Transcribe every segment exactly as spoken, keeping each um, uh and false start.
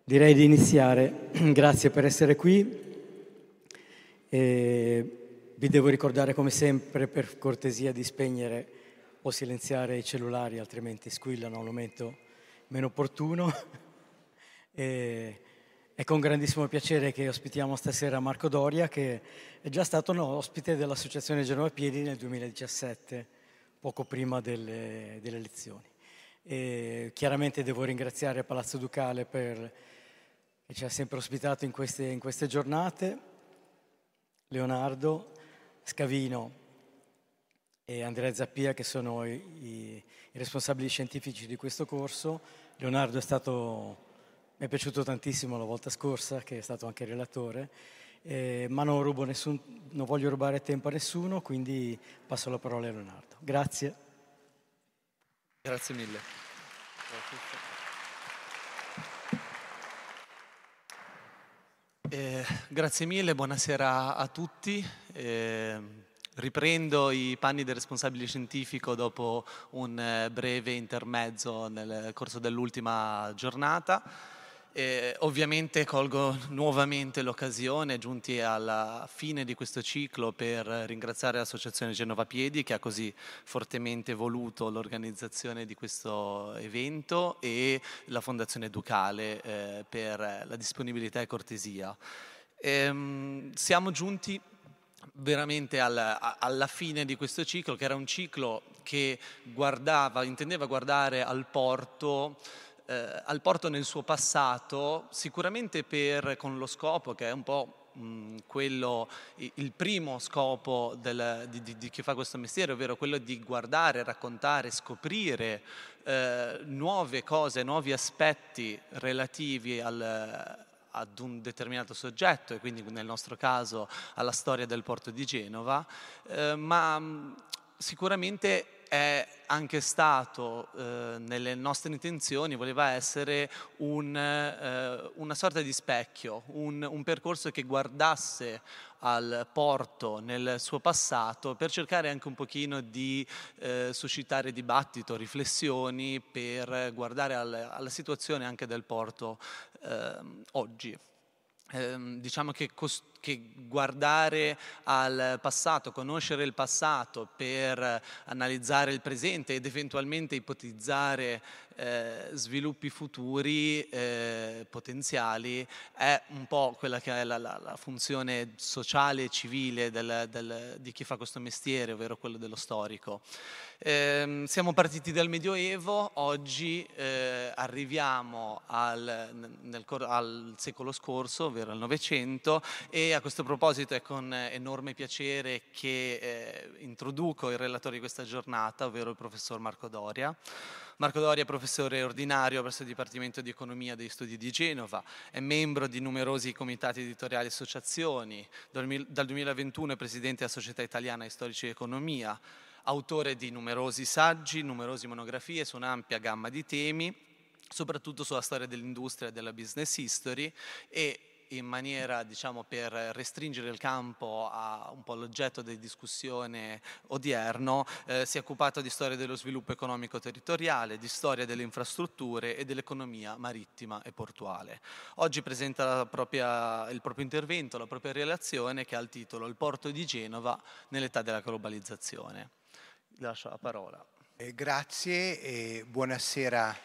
Direi di iniziare. Grazie per essere qui. E vi devo ricordare come sempre, per cortesia, di spegnere o silenziare i cellulari, altrimenti squillano a un momento meno opportuno. E è con grandissimo piacere che ospitiamo stasera Marco Doria, che è già stato no, ospite dell'Associazione Genova Piedi nel duemiladiciassette, poco prima delle, delle elezioni. E chiaramente devo ringraziare Palazzo Ducale per, che ci ha sempre ospitato in queste, in queste giornate, Leonardo, Scavino e Andrea Zappia, che sono i, i, i responsabili scientifici di questo corso. Leonardo è stato, mi è piaciuto tantissimo la volta scorsa, che è stato anche relatore, eh, ma non rubo nessun, non voglio rubare tempo a nessuno, quindi passo la parola a Leonardo. Grazie. Grazie mille. Eh, grazie mille, buonasera a tutti. Eh, riprendo i panni del responsabile scientifico dopo un eh, breve intermezzo nel corso dell'ultima giornata. Eh, ovviamente colgo nuovamente l'occasione, giunti alla fine di questo ciclo, per ringraziare l'Associazione Genova Piedi, che ha così fortemente voluto l'organizzazione di questo evento, e la Fondazione Ducale eh, per la disponibilità e cortesia. Ehm, siamo giunti veramente alla, alla fine di questo ciclo, che era un ciclo che guardava, intendeva guardare al porto, Eh, al porto nel suo passato, sicuramente per, con lo scopo che è un po' mh, quello, il primo scopo del, di, di, di chi fa questo mestiere, ovvero quello di guardare, raccontare, scoprire eh, nuove cose, nuovi aspetti relativi al, ad un determinato soggetto, e quindi nel nostro caso alla storia del porto di Genova, eh, ma mh, sicuramente è anche stato, eh, nelle nostre intenzioni, voleva essere un, eh, una sorta di specchio, un, un percorso che guardasse al porto nel suo passato, per cercare anche un pochino di eh, suscitare dibattito, riflessioni, per guardare al, alla situazione anche del porto eh, oggi. Eh, diciamo che, cost- che guardare al passato, conoscere il passato per analizzare il presente ed eventualmente ipotizzare eh, sviluppi futuri eh, potenziali, è un po' quella che è la, la, la funzione sociale e civile del, del, di chi fa questo mestiere, ovvero quello dello storico. Eh, siamo partiti dal Medioevo, oggi eh, arriviamo al, nel, al secolo scorso, ovvero al Novecento, e a questo proposito è con enorme piacere che eh, introduco il relatore di questa giornata, ovvero il professor Marco Doria. Marco Doria è professore ordinario presso il Dipartimento di Economia degli Studi di Genova, è membro di numerosi comitati editoriali e associazioni, dal duemilaventuno è presidente della Società Italiana di Storici di Economia, autore di numerosi saggi, numerose monografie su un'ampia gamma di temi, soprattutto sulla storia dell'industria e della business history, e in maniera, diciamo, per restringere il campo a un po' l'oggetto di discussione odierno, eh, si è occupato di storia dello sviluppo economico territoriale, di storia delle infrastrutture e dell'economia marittima e portuale. Oggi presenta la propria, il proprio intervento, la propria relazione, che ha il titolo Il porto di Genova nell'età della globalizzazione. Lascio la parola. Eh, grazie e buonasera.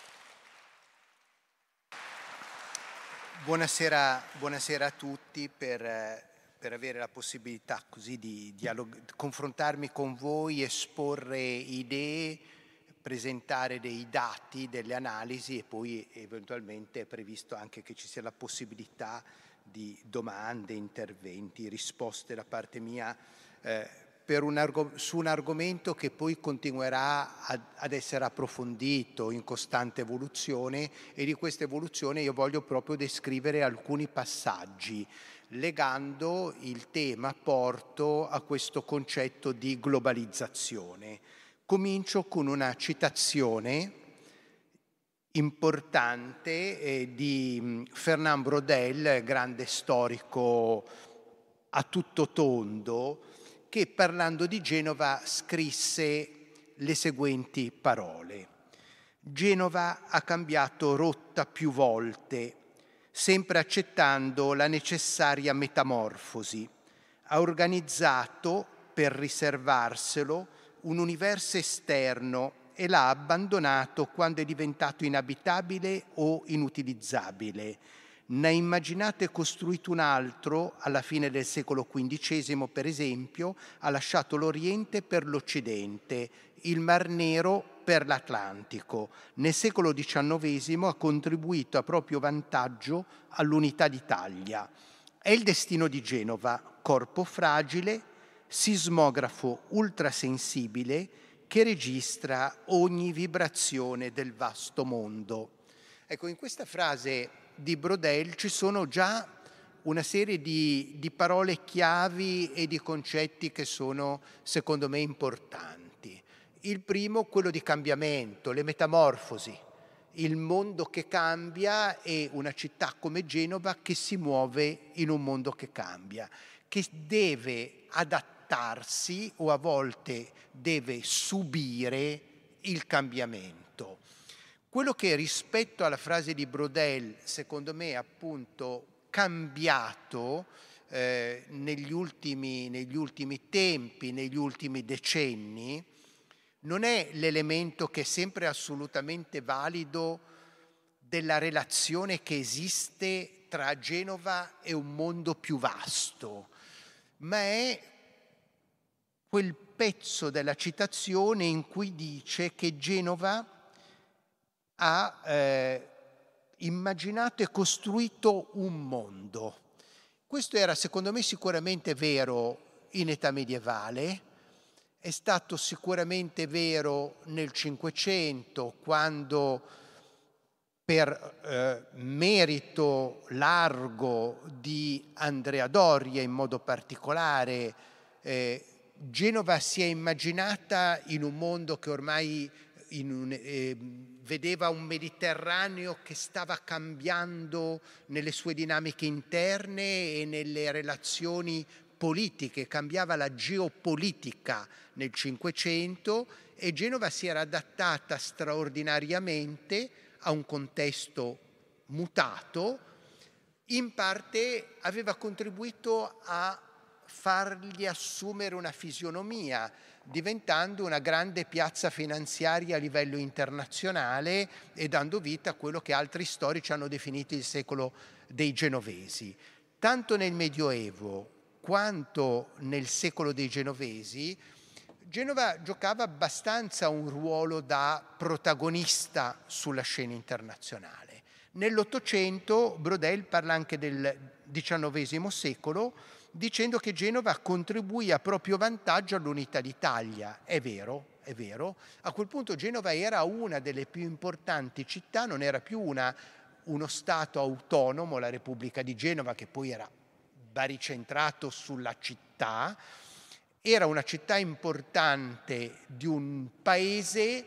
Buonasera, buonasera a tutti, per, per avere la possibilità così di dialog- confrontarmi con voi, esporre idee, presentare dei dati, delle analisi, e poi eventualmente è previsto anche che ci sia la possibilità di domande, interventi, risposte da parte mia eh, per un arg- su un argomento che poi continuerà ad, ad essere approfondito, in costante evoluzione, e di questa evoluzione io voglio proprio descrivere alcuni passaggi, legando il tema porto a questo concetto di globalizzazione. Comincio con una citazione importante eh, di Fernand Braudel, grande storico a tutto tondo, che parlando di Genova scrisse le seguenti parole. Genova ha cambiato rotta più volte sempre accettando la necessaria metamorfosi. Ha organizzato, per riservarselo, un universo esterno e l'ha abbandonato quando è diventato inabitabile o inutilizzabile. Ne ha immaginato e costruito un altro alla fine del secolo quindicesimo, per esempio, ha lasciato l'Oriente per l'Occidente, il Mar Nero per l'Atlantico. Nel secolo diciannovesimo ha contribuito a proprio vantaggio all'unità d'Italia. È il destino di Genova, corpo fragile, sismografo ultrasensibile che registra ogni vibrazione del vasto mondo. Ecco, in questa frase di Braudel ci sono già una serie di, di parole chiavi e di concetti che sono, secondo me, importanti. Il primo, quello di cambiamento, le metamorfosi, il mondo che cambia e una città come Genova che si muove in un mondo che cambia, che deve adattarsi o a volte deve subire il cambiamento. Quello che rispetto alla frase di Braudel, secondo me, è appunto cambiato eh, negli ultimi, negli ultimi tempi, negli ultimi decenni, non è l'elemento che è sempre assolutamente valido della relazione che esiste tra Genova e un mondo più vasto, ma è quel pezzo della citazione in cui dice che Genova ha eh, immaginato e costruito un mondo. Questo era, secondo me, sicuramente vero in età medievale, è stato sicuramente vero nel Cinquecento, quando per eh, merito largo di Andrea Doria in modo particolare, eh, Genova si è immaginata in un mondo che ormai in un, eh, vedeva un Mediterraneo che stava cambiando nelle sue dinamiche interne e nelle relazioni politiche, cambiava la geopolitica nel Cinquecento e Genova si era adattata straordinariamente a un contesto mutato, in parte aveva contribuito a fargli assumere una fisionomia, diventando una grande piazza finanziaria a livello internazionale e dando vita a quello che altri storici hanno definito il secolo dei genovesi. Tanto nel Medioevo quanto nel secolo dei genovesi, Genova giocava abbastanza un ruolo da protagonista sulla scena internazionale. Nell'Ottocento Braudel parla anche del diciannovesimo secolo, dicendo che Genova contribuì a proprio vantaggio all'unità d'Italia. È vero, è vero. A quel punto Genova era una delle più importanti città, non era più una, uno Stato autonomo, la Repubblica di Genova, che poi era baricentrato sulla città, era una città importante di un paese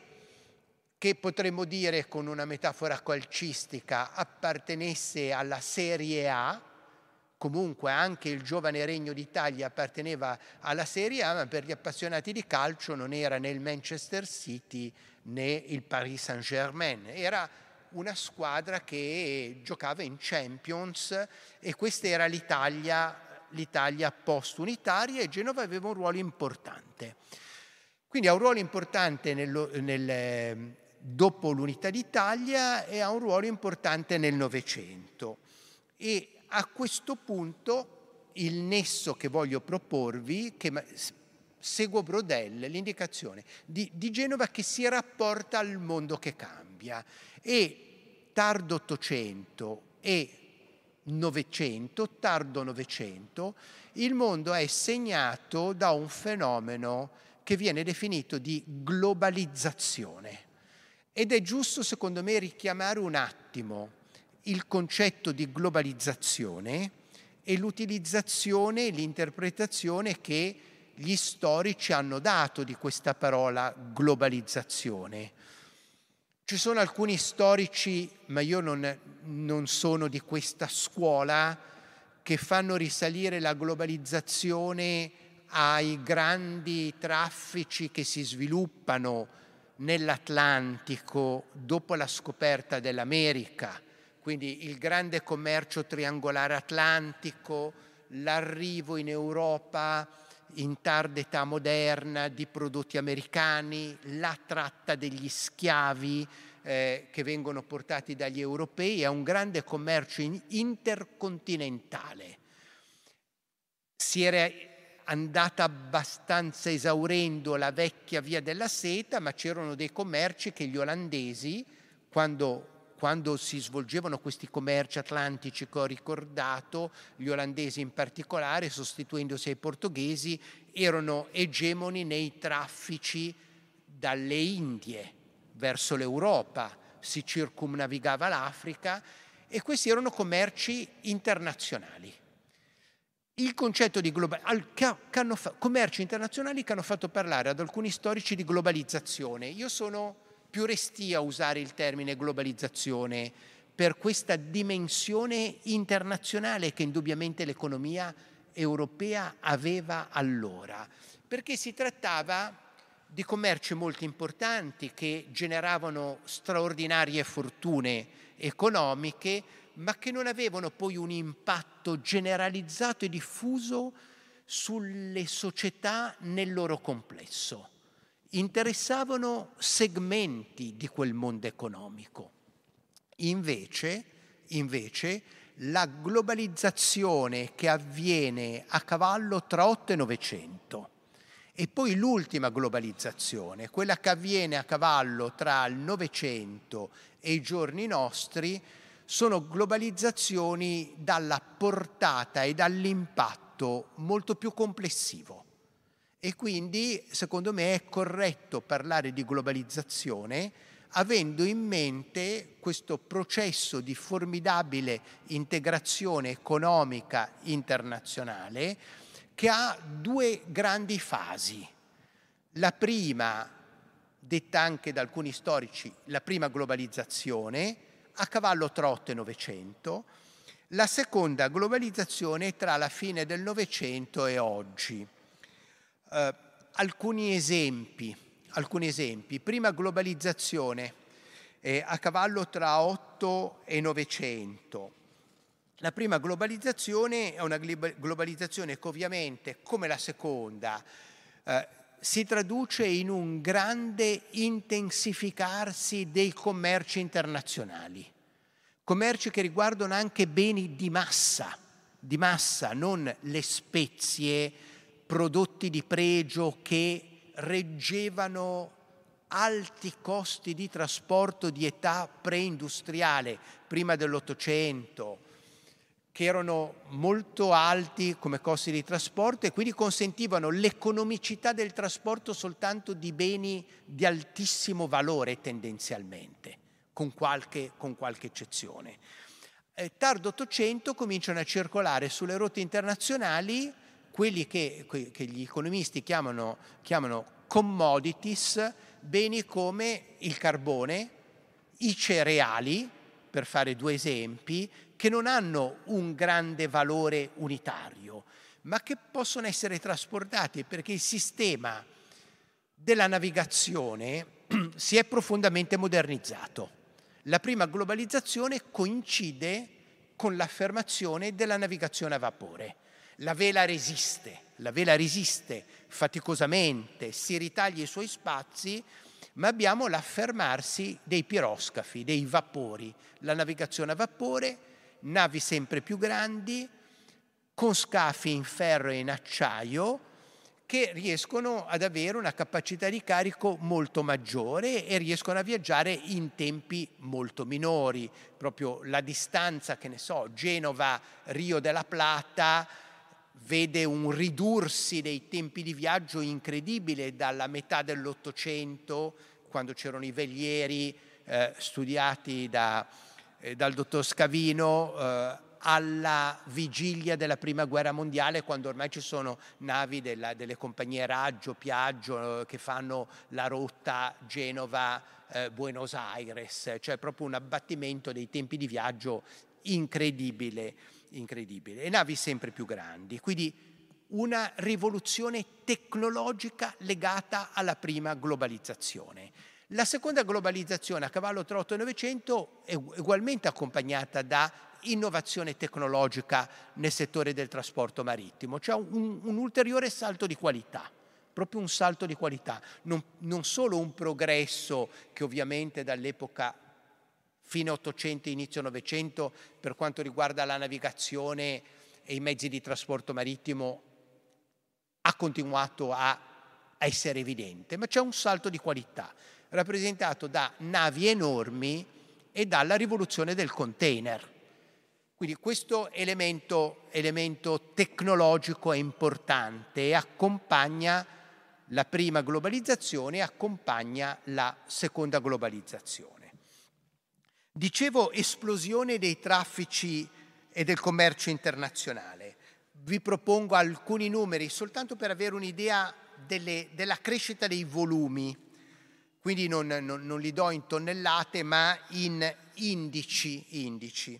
che potremmo dire, con una metafora calcistica, appartenesse alla Serie A. Comunque anche il giovane Regno d'Italia apparteneva alla Serie A, ma per gli appassionati di calcio non era né il Manchester City né il Paris Saint-Germain, era una squadra che giocava in Champions e questa era l'Italia, l'Italia post-unitaria, e Genova aveva un ruolo importante. Quindi ha un ruolo importante nel, nel, dopo l'unità d'Italia e ha un ruolo importante nel Novecento. E a questo punto il nesso che voglio proporvi, che seguo Braudel, l'indicazione di, di Genova che si rapporta al mondo che cambia. E tardo Ottocento e Novecento, tardo Novecento, il mondo è segnato da un fenomeno che viene definito di globalizzazione. Ed è giusto, secondo me, richiamare un attimo il concetto di globalizzazione e l'utilizzazione e l'interpretazione che gli storici hanno dato di questa parola globalizzazione. Ci sono alcuni storici, ma io non, non sono di questa scuola, che fanno risalire la globalizzazione ai grandi traffici che si sviluppano nell'Atlantico dopo la scoperta dell'America, quindi il grande commercio triangolare atlantico, l'arrivo in Europa in tarda età moderna di prodotti americani, la tratta degli schiavi eh, che vengono portati dagli europei, è un grande commercio in- intercontinentale. Si era andata abbastanza esaurendo la vecchia via della seta, ma c'erano dei commerci che gli olandesi, quando Quando si svolgevano questi commerci atlantici che ho ricordato, gli olandesi in particolare, sostituendosi ai portoghesi, erano egemoni nei traffici dalle Indie verso l'Europa, si circumnavigava l'Africa e questi erano commerci internazionali. Il concetto di globalizzazione, commerci internazionali che hanno fatto parlare ad alcuni storici di globalizzazione. Io sono più restia a usare il termine globalizzazione per questa dimensione internazionale che indubbiamente l'economia europea aveva allora, perché si trattava di commerci molto importanti che generavano straordinarie fortune economiche, ma che non avevano poi un impatto generalizzato e diffuso sulle società nel loro complesso. Interessavano segmenti di quel mondo economico. Invece, invece, la globalizzazione che avviene a cavallo tra otto e novecento e poi l'ultima globalizzazione, quella che avviene a cavallo tra il Novecento e i giorni nostri, sono globalizzazioni dalla portata e dall'impatto molto più complessivo. E quindi, secondo me, è corretto parlare di globalizzazione avendo in mente questo processo di formidabile integrazione economica internazionale che ha due grandi fasi. La prima, detta anche da alcuni storici, la prima globalizzazione, a cavallo tra otto e novecento, la seconda globalizzazione tra la fine del Novecento e oggi. Uh, alcuni esempi, alcuni esempi. Prima globalizzazione eh, a cavallo tra otto e novecento. La prima globalizzazione è una globalizzazione che ovviamente, come la seconda, eh, si traduce in un grande intensificarsi dei commerci internazionali. Commerci che riguardano anche beni di massa, di massa, non le spezie, prodotti di pregio che reggevano alti costi di trasporto di età preindustriale, prima dell'Ottocento, che erano molto alti come costi di trasporto e quindi consentivano l'economicità del trasporto soltanto di beni di altissimo valore tendenzialmente, con qualche, con qualche eccezione. Eh, tardo Ottocento cominciano a circolare sulle rotte internazionali quelli che, che gli economisti chiamano, chiamano commodities, beni come il carbone, i cereali, per fare due esempi, che non hanno un grande valore unitario, ma che possono essere trasportati perché il sistema della navigazione si è profondamente modernizzato. La prima globalizzazione coincide con l'affermazione della navigazione a vapore. La vela resiste, la vela resiste faticosamente, si ritaglia i suoi spazi, ma abbiamo l'affermarsi dei piroscafi, dei vapori, la navigazione a vapore, navi sempre più grandi, con scafi in ferro e in acciaio, che riescono ad avere una capacità di carico molto maggiore e riescono a viaggiare in tempi molto minori. Proprio la distanza, che ne so, Genova-Rio della Plata, vede un ridursi dei tempi di viaggio incredibile dalla metà dell'Ottocento, quando c'erano i velieri eh, studiati da, eh, dal dottor Scavino, eh, alla vigilia della Prima Guerra Mondiale, quando ormai ci sono navi della, delle compagnie Raggio, Piaggio, eh, che fanno la rotta Genova-Buenos eh, Aires, cioè proprio un abbattimento dei tempi di viaggio incredibile. incredibile, e navi sempre più grandi, quindi una rivoluzione tecnologica legata alla prima globalizzazione. La seconda globalizzazione a cavallo tra otto e novecento è ugualmente accompagnata da innovazione tecnologica nel settore del trasporto marittimo, cioè un, un ulteriore salto di qualità, proprio un salto di qualità, non, non solo un progresso che ovviamente dall'epoca fine Ottocento, inizio Novecento, per quanto riguarda la navigazione e i mezzi di trasporto marittimo, ha continuato a, a essere evidente, ma c'è un salto di qualità, rappresentato da navi enormi e dalla rivoluzione del container. Quindi questo elemento, elemento tecnologico è importante e accompagna la prima globalizzazione e accompagna la seconda globalizzazione. Dicevo esplosione dei traffici e del commercio internazionale. Vi propongo alcuni numeri soltanto per avere un'idea delle, della crescita dei volumi. Quindi non, non, non li do in tonnellate, ma in indici. indici.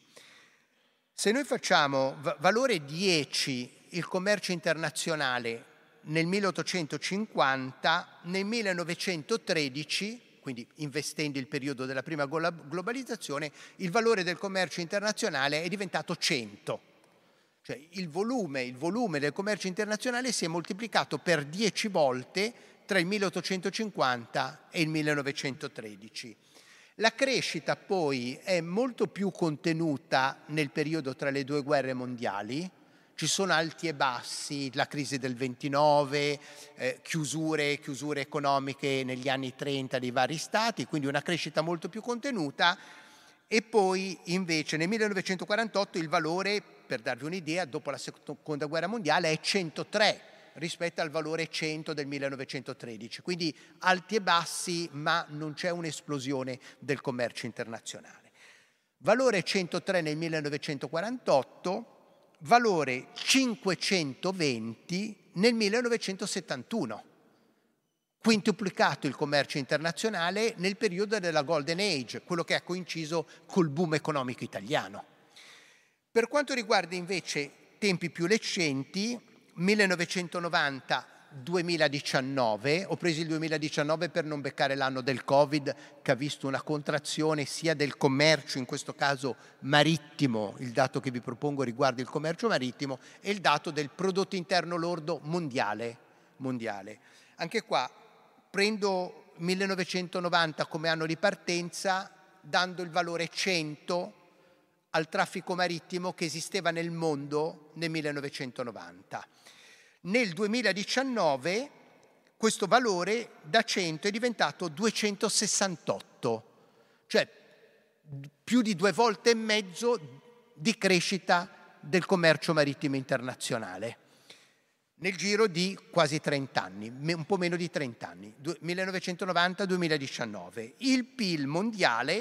Se noi facciamo valore dieci il commercio internazionale nel milleottocentocinquanta, nel millenovecentotredici, quindi investendo il periodo della prima globalizzazione, il valore del commercio internazionale è diventato cento. Cioè il volume, il volume del commercio internazionale si è moltiplicato per dieci volte tra il milleottocentocinquanta e il millenovecentotredici. La crescita poi è molto più contenuta nel periodo tra le due guerre mondiali. Ci sono alti e bassi, la crisi del ventinove, eh, chiusure, chiusure economiche negli anni trenta dei vari stati, quindi una crescita molto più contenuta. E poi invece nel millenovecentoquarantotto il valore, per darvi un'idea, dopo la seconda guerra mondiale è centotré rispetto al valore cento del millenovecentotredici. Quindi alti e bassi, ma non c'è un'esplosione del commercio internazionale. Valore centotré nel millenovecentoquarantotto, valore cinquecentoventi nel millenovecentosettantuno, quintuplicato il commercio internazionale nel periodo della Golden Age, quello che ha coinciso col boom economico italiano. Per quanto riguarda invece tempi più recenti, millenovecentonovanta duemiladiciannove, ho preso il duemiladiciannove per non beccare l'anno del Covid, che ha visto una contrazione sia del commercio, in questo caso marittimo, il dato che vi propongo riguarda il commercio marittimo, e il dato del prodotto interno lordo mondiale. mondiale. Anche qua prendo millenovecentonovanta come anno di partenza, dando il valore cento al traffico marittimo che esisteva nel mondo nel millenovecentonovanta. Nel duemiladiciannove questo valore da cento è diventato duecentosessantotto, cioè più di due volte e mezzo di crescita del commercio marittimo internazionale nel giro di quasi trenta anni, un po' meno di trenta anni, millenovecentonovanta duemiladiciannove. Il P I L mondiale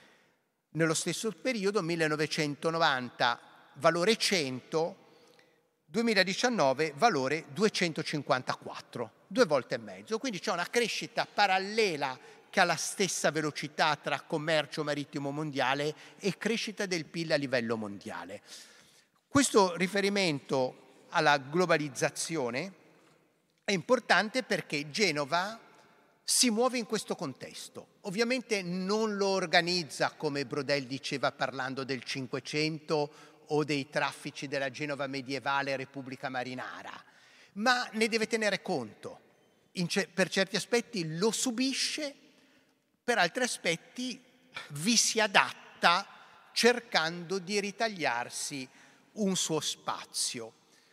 nello stesso periodo, millenovecentonovanta valore cento, duemiladiciannove valore duecentocinquantaquattro, due volte e mezzo. Quindi c'è una crescita parallela che ha la stessa velocità tra commercio marittimo mondiale e crescita del P I L a livello mondiale. Questo riferimento alla globalizzazione è importante perché Genova si muove in questo contesto. Ovviamente non lo organizza, come Brodel diceva parlando del Cinquecento o dei traffici della Genova medievale Repubblica Marinara, ma ne deve tenere conto. Ce- per certi aspetti lo subisce, per altri aspetti vi si adatta cercando di ritagliarsi un suo spazio.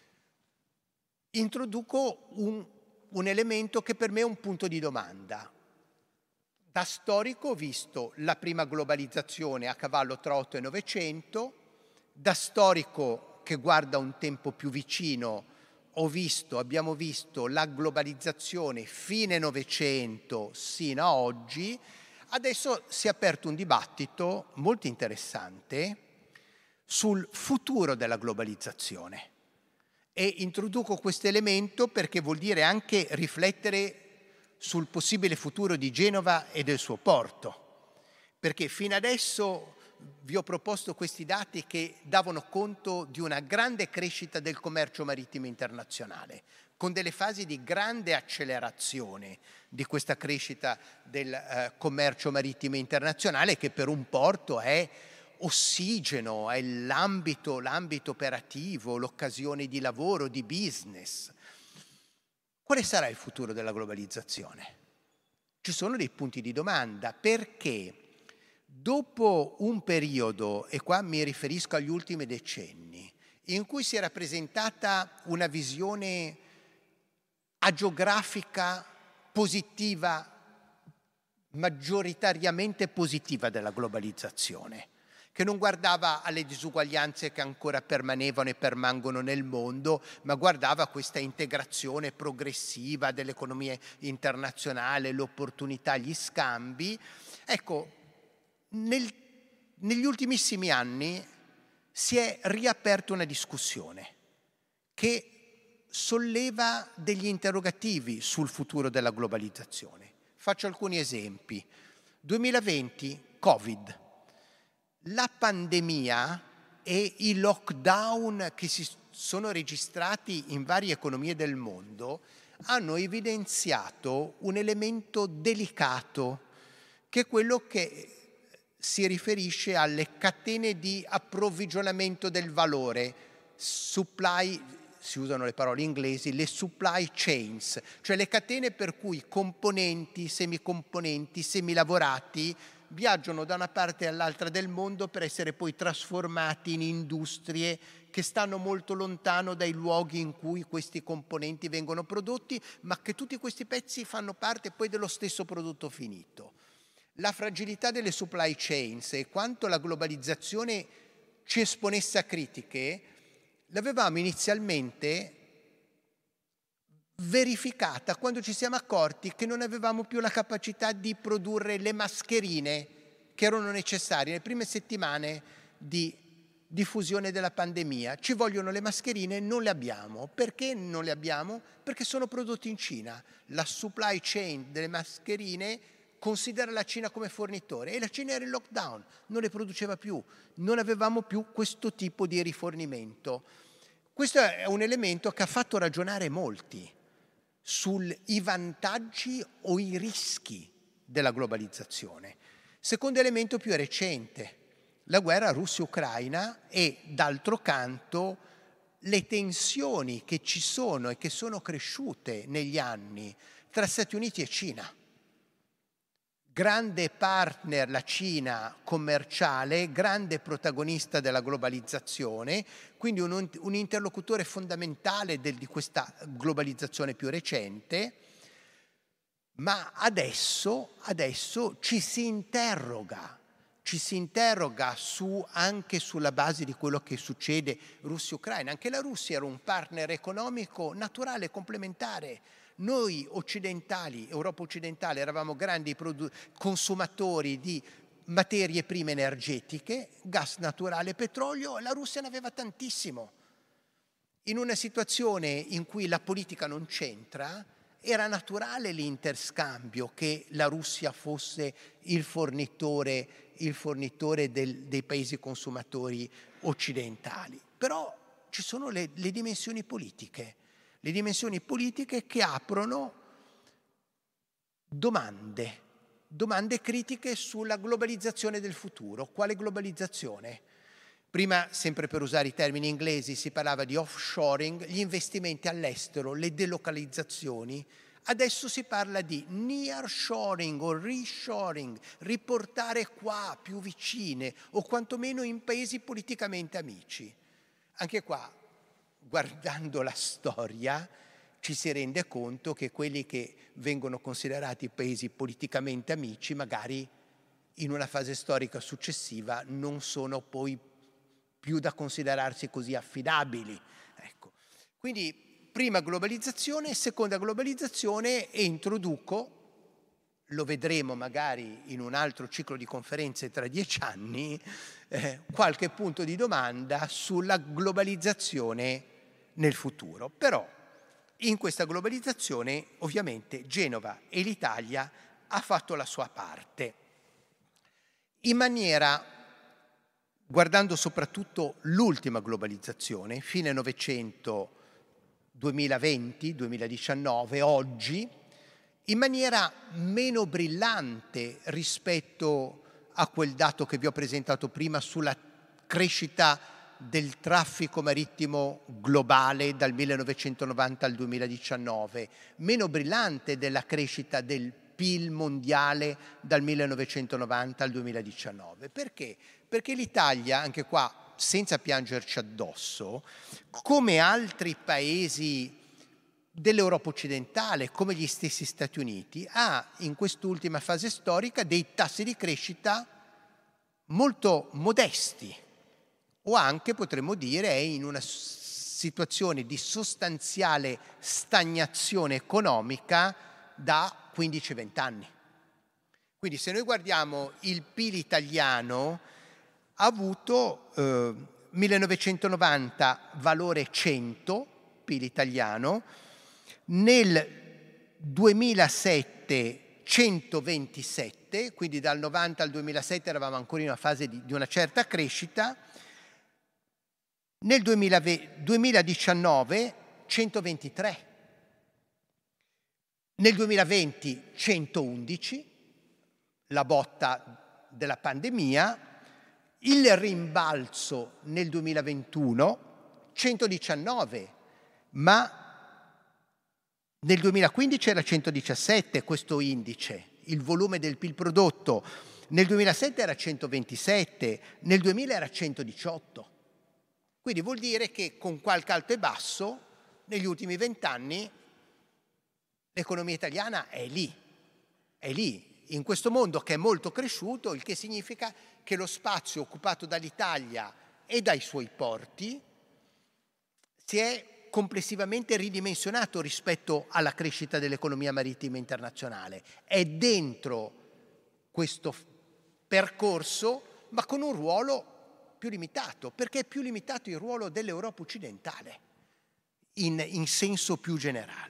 Introduco un, un elemento che per me è un punto di domanda. Da storico ho visto la prima globalizzazione a cavallo tra otto e novecento, da storico che guarda un tempo più vicino ho visto, abbiamo visto la globalizzazione fine Novecento sino a oggi. Adesso si è aperto un dibattito molto interessante sul futuro della globalizzazione. E introduco questo elemento perché vuol dire anche riflettere sul possibile futuro di Genova e del suo porto. Perché fino adesso vi ho proposto questi dati che davano conto di una grande crescita del commercio marittimo internazionale. con delle fasi di grande accelerazione di questa crescita del eh, commercio marittimo internazionale, che per un porto è ossigeno, è l'ambito, l'ambito operativo, l'occasione di lavoro, di business. Quale sarà il futuro della globalizzazione? Ci sono dei punti di domanda, perché dopo un periodo, e qua mi riferisco agli ultimi decenni, in cui si era presentata una visione agiografica positiva, maggioritariamente positiva della globalizzazione, che non guardava alle disuguaglianze che ancora permanevano e permangono nel mondo, ma guardava a questa integrazione progressiva dell'economia internazionale, l'opportunità, gli scambi. Ecco, nel, negli ultimissimi anni si è riaperta una discussione che solleva degli interrogativi sul futuro della globalizzazione. Faccio alcuni esempi. duemilaventi, Covid. La pandemia e i lockdown che si sono registrati in varie economie del mondo hanno evidenziato un elemento delicato, che è quello che si riferisce alle catene di approvvigionamento del valore, supply, si usano le parole inglesi, le supply chains, cioè le catene per cui componenti, semicomponenti, semilavorati viaggiano da una parte all'altra del mondo per essere poi trasformati in industrie che stanno molto lontano dai luoghi in cui questi componenti vengono prodotti, ma che tutti questi pezzi fanno parte poi dello stesso prodotto finito. La fragilità delle supply chains e quanto la globalizzazione ci esponesse a critiche l'avevamo inizialmente verificata quando ci siamo accorti che non avevamo più la capacità di produrre le mascherine che erano necessarie. Nelle prime settimane di diffusione della pandemia ci vogliono le mascherine, non le abbiamo. Perché non le abbiamo? Perché sono prodotti in Cina. La supply chain delle mascherine considera la Cina come fornitore e la Cina era in lockdown, non le produceva più, non avevamo più questo tipo di rifornimento. Questo è un elemento che ha fatto ragionare molti sui vantaggi o i rischi della globalizzazione. Secondo elemento più recente, la guerra Russia-Ucraina e, d'altro canto, le tensioni che ci sono e che sono cresciute negli anni tra Stati Uniti e Cina. Grande partner la Cina commerciale, grande protagonista della globalizzazione, quindi un, un interlocutore fondamentale del, di questa globalizzazione più recente, ma adesso, adesso ci si interroga, ci si interroga su, anche sulla base di quello che succede Russia-Ucraina. Anche la Russia era un partner economico naturale, complementare. Noi occidentali, Europa occidentale, eravamo grandi produ- consumatori di materie prime energetiche, gas naturale, petrolio, la Russia ne aveva tantissimo. In una situazione in cui la politica non c'entra, era naturale l'interscambio, che la Russia fosse il fornitore, il fornitore del, dei paesi consumatori occidentali. Però ci sono le, le dimensioni politiche. Le dimensioni politiche che aprono domande, domande critiche sulla globalizzazione del futuro. Quale globalizzazione? Prima, sempre per usare i termini inglesi, si parlava di offshoring, gli investimenti all'estero, le delocalizzazioni. Adesso si parla di nearshoring o reshoring, riportare qua, più vicine, o quantomeno in paesi politicamente amici. Anche qua, guardando la storia, ci si rende conto che quelli che vengono considerati paesi politicamente amici, magari in una fase storica successiva, non sono poi più da considerarsi così affidabili. Ecco. Quindi prima globalizzazione, seconda globalizzazione, e introduco, lo vedremo magari in un altro ciclo di conferenze tra dieci anni, eh, qualche punto di domanda sulla globalizzazione nel futuro. Però in questa globalizzazione ovviamente Genova e l'Italia ha fatto la sua parte. In maniera, guardando soprattutto l'ultima globalizzazione, fine Novecento, duemilaventi duemiladiciannove, oggi, in maniera meno brillante rispetto a quel dato che vi ho presentato prima sulla crescita del traffico marittimo globale dal millenovecentonovanta al duemiladiciannove, meno brillante della crescita del P I L mondiale dal millenovecentonovanta al duemiladiciannove. Perché? Perché l'Italia, anche qua senza piangerci addosso, come altri paesi dell'Europa occidentale, come gli stessi Stati Uniti, ha in quest'ultima fase storica dei tassi di crescita molto modesti, o anche potremmo dire è in una situazione di sostanziale stagnazione economica da quindici venti anni. Quindi se noi guardiamo il P I L italiano, ha avuto eh, millenovecentonovanta valore cento, P I L italiano, nel duemilasette centoventisette, quindi dal novanta al duemilasette eravamo ancora in una fase di, di una certa crescita, nel duemiladiciannove centoventitré, nel duemilaventi centoundici, la botta della pandemia, il rimbalzo nel duemilaventuno centodiciannove, ma nel duemilaquindici era centodiciassette questo indice, il volume del P I L prodotto, nel duemilasette era centoventisette, nel duemila era centodiciotto. Quindi vuol dire che con qualche alto e basso, negli ultimi vent'anni, l'economia italiana è lì, è lì, in questo mondo che è molto cresciuto, il che significa che lo spazio occupato dall'Italia e dai suoi porti si è complessivamente ridimensionato rispetto alla crescita dell'economia marittima internazionale. È dentro questo percorso, ma con un ruolo più limitato, perché è più limitato il ruolo dell'Europa occidentale, in, in senso più generale.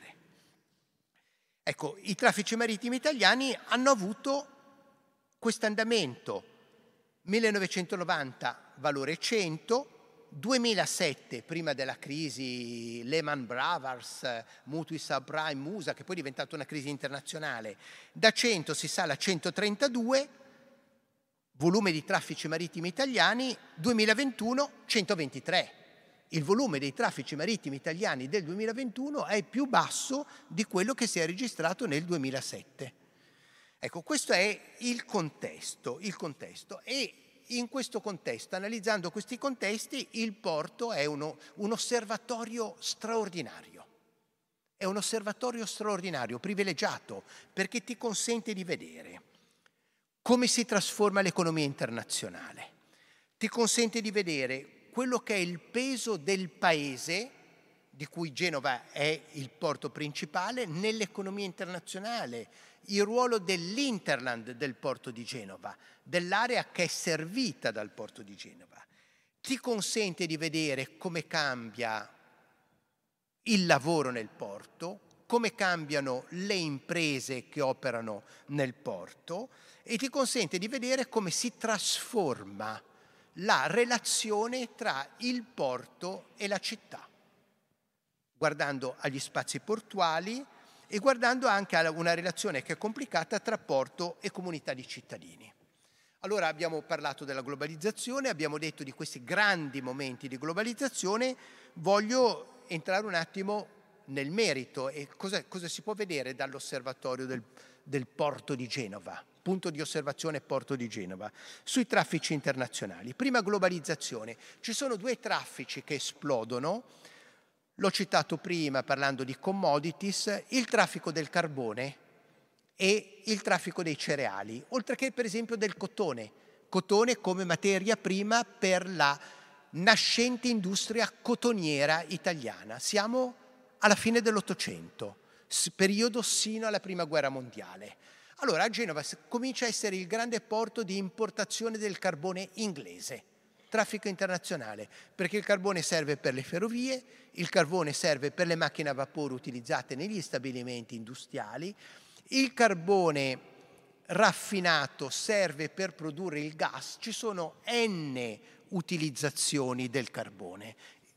Ecco, i traffici marittimi italiani hanno avuto questo andamento: millenovecentonovanta valore cento, duemilasette prima della crisi Lehman Brothers, mutui subprime, Musa, che poi è diventata una crisi internazionale, da cento si sale a centotrentadue, volume di traffici marittimi italiani, duemilaventuno centoventitré. Il volume dei traffici marittimi italiani del duemilaventuno è più basso di quello che si è registrato nel duemilasette. Ecco, questo è il contesto, il contesto. E in questo contesto, analizzando questi contesti, il porto è uno, un osservatorio straordinario. È un osservatorio straordinario, privilegiato, perché ti consente di vedere come si trasforma l'economia internazionale. Ti consente di vedere quello che è il peso del paese, di cui Genova è il porto principale, nell'economia internazionale, il ruolo dell'Interland del porto di Genova, dell'area che è servita dal porto di Genova. Ti consente di vedere come cambia il lavoro nel porto, come cambiano le imprese che operano nel porto, e ti consente di vedere come si trasforma la relazione tra il porto e la città, guardando agli spazi portuali e guardando anche a una relazione che è complicata tra porto e comunità di cittadini. Allora abbiamo parlato della globalizzazione, abbiamo detto di questi grandi momenti di globalizzazione, voglio entrare un attimo nel merito e cosa, cosa si può vedere dall'osservatorio del, del porto di Genova, punto di osservazione porto di Genova, sui traffici internazionali. Prima globalizzazione, ci sono due traffici che esplodono, l'ho citato prima parlando di commodities, il traffico del carbone e il traffico dei cereali, oltre che per esempio del cotone, cotone come materia prima per la nascente industria cotoniera italiana. Siamo alla fine dell'Ottocento, periodo sino alla Prima Guerra Mondiale. Allora a Genova comincia a essere il grande porto di importazione del carbone inglese, traffico internazionale, perché il carbone serve per le ferrovie, il carbone serve per le macchine a vapore utilizzate negli stabilimenti industriali, il carbone raffinato serve per produrre il gas, ci sono n utilizzazioni del carbone.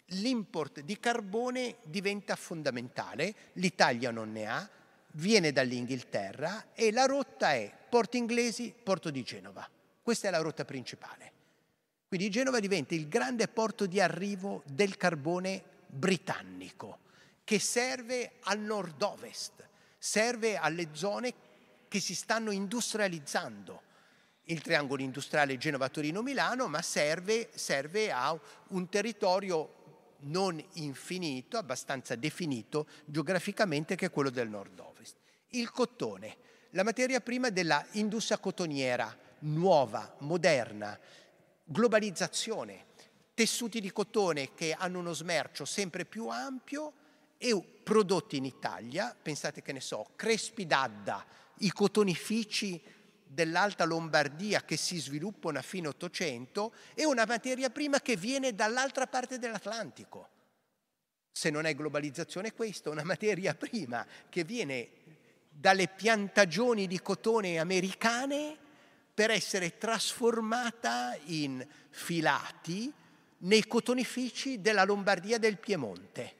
l'import di carbone diventa fondamentale, l'Italia non ne ha, viene dall'Inghilterra e la rotta è Porto Inglesi, Porto di Genova. Questa è la rotta principale. Quindi Genova diventa il grande porto di arrivo del carbone britannico, che serve al nord-ovest, serve alle zone che si stanno industrializzando. Il triangolo industriale Genova-Torino-Milano, ma serve, serve a un territorio non infinito, abbastanza definito geograficamente, che è quello del nord-ovest. Il cotone, la materia prima della industria cotoniera, nuova, moderna, globalizzazione, tessuti di cotone che hanno uno smercio sempre più ampio e prodotti in Italia, pensate che ne so, Crespi d'Adda, i cotonifici dell'Alta Lombardia che si sviluppano a fine Ottocento, e una materia prima che viene dall'altra parte dell'Atlantico. Se non è globalizzazione questa, una materia prima che viene dalle piantagioni di cotone americane per essere trasformata in filati nei cotonifici della Lombardia e del Piemonte.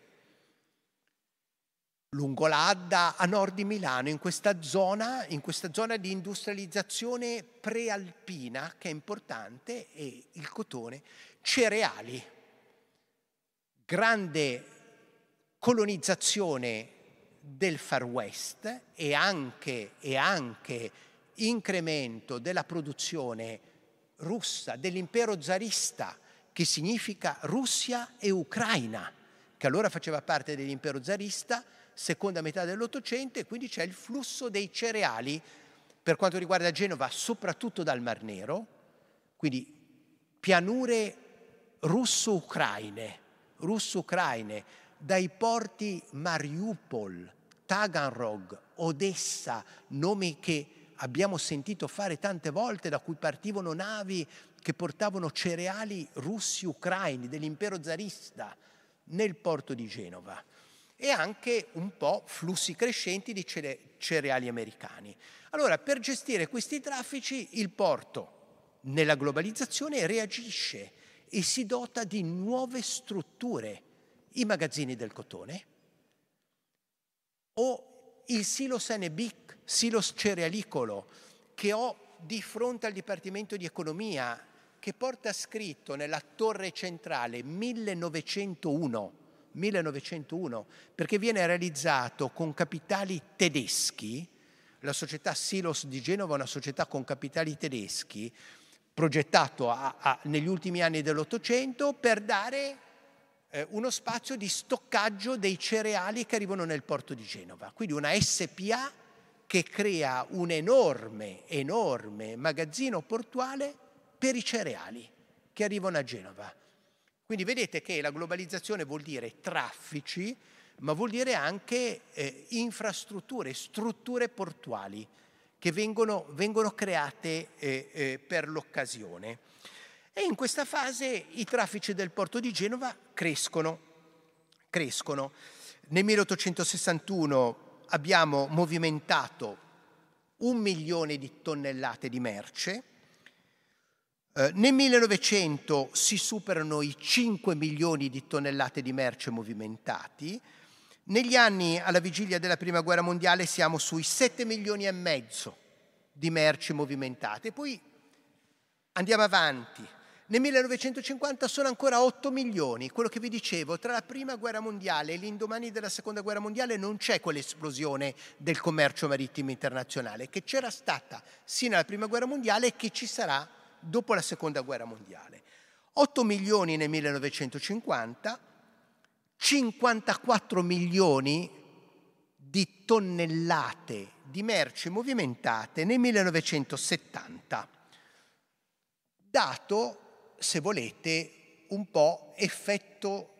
Lungo l'Adda, a nord di Milano, in questa zona, in questa zona di industrializzazione prealpina che è importante, e il cotone, cereali, grande colonizzazione del Far West e anche, e anche incremento della produzione russa, dell'impero zarista, che significa Russia e Ucraina, che allora faceva parte dell'impero zarista, seconda metà dell'Ottocento, e quindi c'è il flusso dei cereali per quanto riguarda Genova, soprattutto dal Mar Nero, quindi pianure russo-ucraine, russo-ucraine, dai porti Mariupol, Taganrog, Odessa, nomi che abbiamo sentito fare tante volte, da cui partivano navi che portavano cereali russi ucraini dell'impero zarista nel porto di Genova, e anche un po' flussi crescenti di cereali americani. Allora, per gestire questi traffici, il porto, nella globalizzazione, reagisce e si dota di nuove strutture, i magazzini del cotone o il silos N B I C, silos cerealicolo, che ho di fronte al Dipartimento di Economia, che porta scritto nella torre centrale millenovecentouno, millenovecentouno, perché viene realizzato con capitali tedeschi. La società Silos di Genova è una società con capitali tedeschi, progettato a, a, negli ultimi anni dell'Ottocento per dare eh, uno spazio di stoccaggio dei cereali che arrivano nel porto di Genova. Quindi una S P A che crea un enorme, enorme magazzino portuale per i cereali che arrivano a Genova. Quindi vedete che la globalizzazione vuol dire traffici, ma vuol dire anche eh, infrastrutture, strutture portuali che vengono, vengono create eh, eh, per l'occasione. E in questa fase i traffici del porto di Genova crescono, crescono. Nel milleottocentosessantuno abbiamo movimentato un milione di tonnellate di merce. Eh, nel millenovecento si superano i cinque milioni di tonnellate di merce movimentati. Negli anni alla vigilia della Prima Guerra Mondiale siamo sui sette milioni e mezzo di merci movimentate. Poi andiamo avanti. Nel millenovecentocinquanta sono ancora otto milioni. Quello che vi dicevo, tra la Prima Guerra Mondiale e l'indomani della Seconda Guerra Mondiale non c'è quell'esplosione del commercio marittimo internazionale che c'era stata sino alla Prima Guerra Mondiale e che ci sarà dopo la Seconda Guerra Mondiale. otto milioni nel millenovecentocinquanta, cinquantaquattro milioni di tonnellate di merci movimentate nel millenovecentosettanta. Dato, se volete, un po' effetto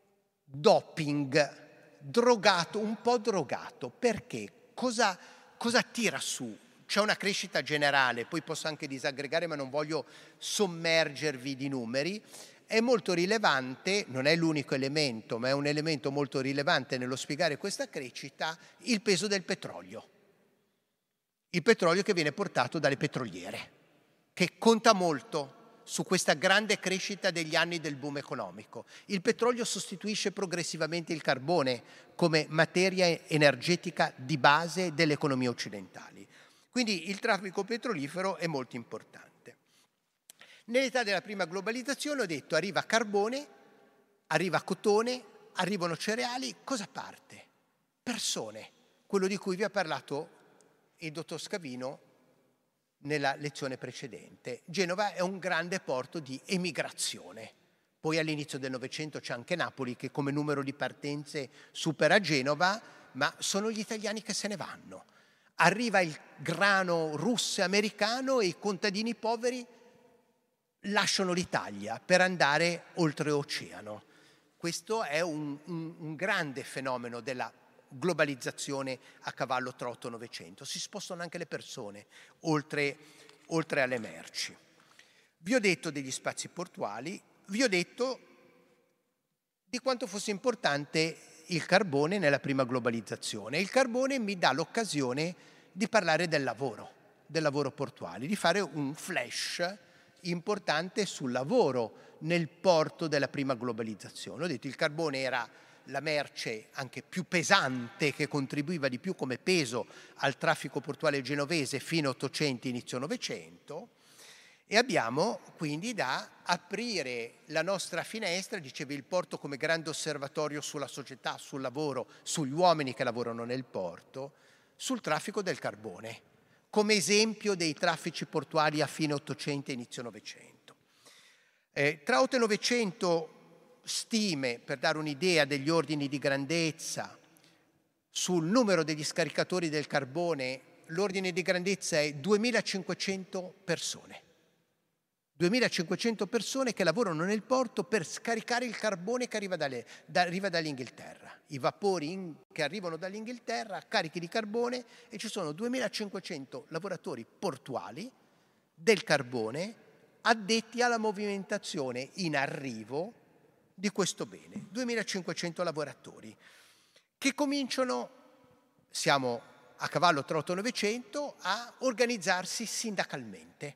doping, drogato, un po' drogato. Perché? Cosa, cosa tira su? C'è una crescita generale, poi posso anche disaggregare, ma non voglio sommergervi di numeri. È molto rilevante, non è l'unico elemento, ma è un elemento molto rilevante nello spiegare questa crescita, il peso del petrolio. Il petrolio che viene portato dalle petroliere, che conta molto. su questa grande crescita degli anni del boom economico. Il petrolio sostituisce progressivamente il carbone come materia energetica di base delle economie occidentali. Quindi il traffico petrolifero è molto importante. Nell'età della prima globalizzazione ho detto arriva carbone, arriva cotone, arrivano cereali, cosa parte? Persone, quello di cui vi ha parlato il dottor Scavino nella lezione precedente. Genova è un grande porto di emigrazione. Poi all'inizio del Novecento c'è anche Napoli che come numero di partenze supera Genova, ma sono gli italiani che se ne vanno. Arriva il grano russo e americano e i contadini poveri lasciano l'Italia per andare oltreoceano. Questo è un, un, un grande fenomeno della globalizzazione a cavallo tra otto e Novecento. Si spostano anche le persone oltre, oltre alle merci. Vi ho detto degli spazi portuali, vi ho detto di quanto fosse importante il carbone nella prima globalizzazione. Il carbone mi dà l'occasione di parlare del lavoro, del lavoro portuale, di fare un flash importante sul lavoro nel porto della prima globalizzazione. Ho detto il carbone era la merce anche più pesante che contribuiva di più come peso al traffico portuale genovese fino Ottocento, inizio Novecento, e abbiamo quindi da aprire la nostra finestra, dicevi il porto come grande osservatorio sulla società, sul lavoro, sugli uomini che lavorano nel porto, sul traffico del carbone, come esempio dei traffici portuali a fine Ottocento e inizio Novecento. Eh, tra Otto e Novecento stime, per dare un'idea degli ordini di grandezza, sul numero degli scaricatori del carbone, l'ordine di grandezza è duemilacinquecento persone. duemilacinquecento persone che lavorano nel porto per scaricare il carbone che arriva, dalle, da, arriva dall'Inghilterra. I vapori in, che arrivano dall'Inghilterra, carichi di carbone, e ci sono duemilacinquecento lavoratori portuali del carbone addetti alla movimentazione in arrivo di questo bene. duemilacinquecento lavoratori che cominciano, siamo a cavallo tra otto e Novecento, a organizzarsi sindacalmente.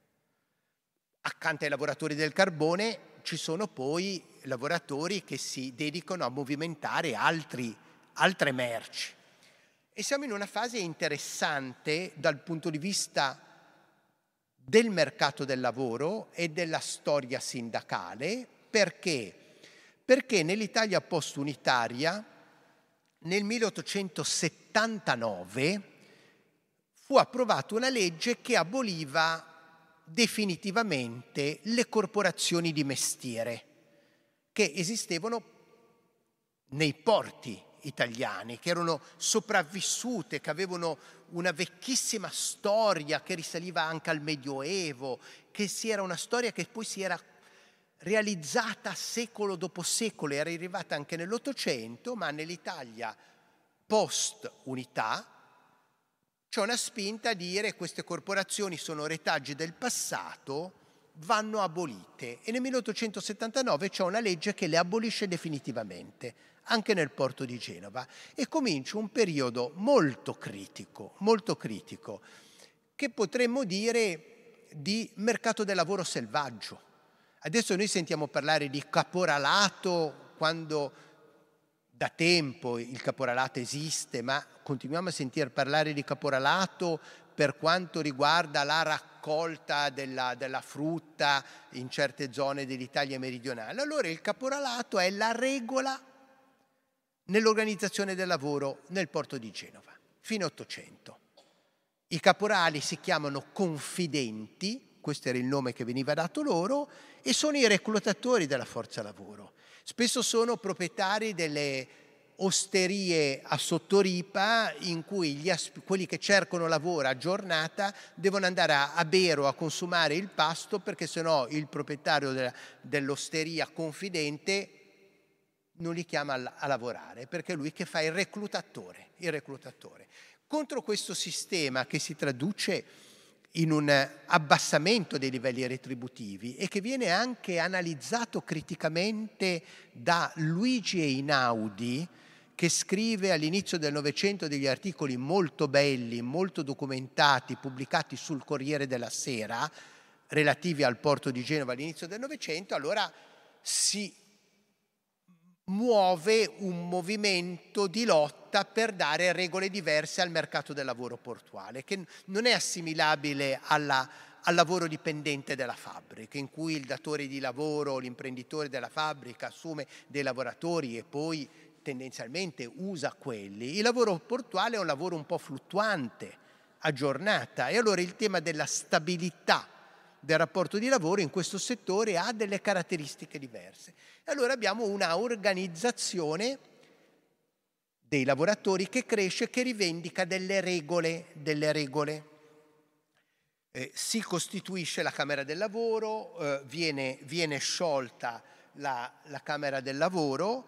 Accanto ai lavoratori del carbone ci sono poi lavoratori che si dedicano a movimentare altri, altre merci. E siamo in una fase interessante dal punto di vista del mercato del lavoro e della storia sindacale. Perché? Perché nell'Italia post-unitaria, nel milleottocentosettantanove, fu approvata una legge che aboliva definitivamente le corporazioni di mestiere che esistevano nei porti italiani, che erano sopravvissute, che avevano una vecchissima storia che risaliva anche al Medioevo, che si era una storia che poi si era realizzata secolo dopo secolo, era arrivata anche nell'Ottocento, ma nell'Italia post-unità c'è una spinta a dire che queste corporazioni sono retaggi del passato, vanno abolite. E nel milleottocentosettantanove c'è una legge che le abolisce definitivamente, anche nel porto di Genova. E comincia un periodo molto critico, molto critico, che potremmo dire di mercato del lavoro selvaggio. Adesso noi sentiamo parlare di caporalato quando da tempo il caporalato esiste, ma continuiamo a sentir parlare di caporalato per quanto riguarda la raccolta della, della frutta in certe zone dell'Italia meridionale. Allora il caporalato è la regola nell'organizzazione del lavoro nel porto di Genova, fine Ottocento. I caporali si chiamano confidenti, questo era il nome che veniva dato loro, e sono i reclutatori della forza lavoro. Spesso sono proprietari delle osterie a sottoripa in cui gli quelli che cercano lavoro a giornata devono andare a, a bere o a consumare il pasto, perché sennò il proprietario de, dell'osteria confidente non li chiama a, a lavorare, perché è lui che fa il reclutatore, il reclutatore. Contro questo sistema che si traduce in un abbassamento dei livelli retributivi e che viene anche analizzato criticamente da Luigi Einaudi, che scrive all'inizio del Novecento degli articoli molto belli, molto documentati, pubblicati sul Corriere della Sera, relativi al porto di Genova all'inizio del Novecento, allora si muove un movimento di lotta per dare regole diverse al mercato del lavoro portuale, che non è assimilabile alla, al lavoro dipendente della fabbrica, in cui il datore di lavoro, l'imprenditore della fabbrica assume dei lavoratori e poi tendenzialmente usa quelli. Il lavoro portuale è un lavoro un po' fluttuante, a giornata, e allora il tema della stabilità del rapporto di lavoro in questo settore ha delle caratteristiche diverse. E allora abbiamo una organizzazione dei lavoratori che cresce, che rivendica delle regole, delle regole. Eh, si costituisce la Camera del Lavoro, eh, viene, viene sciolta la, la Camera del Lavoro,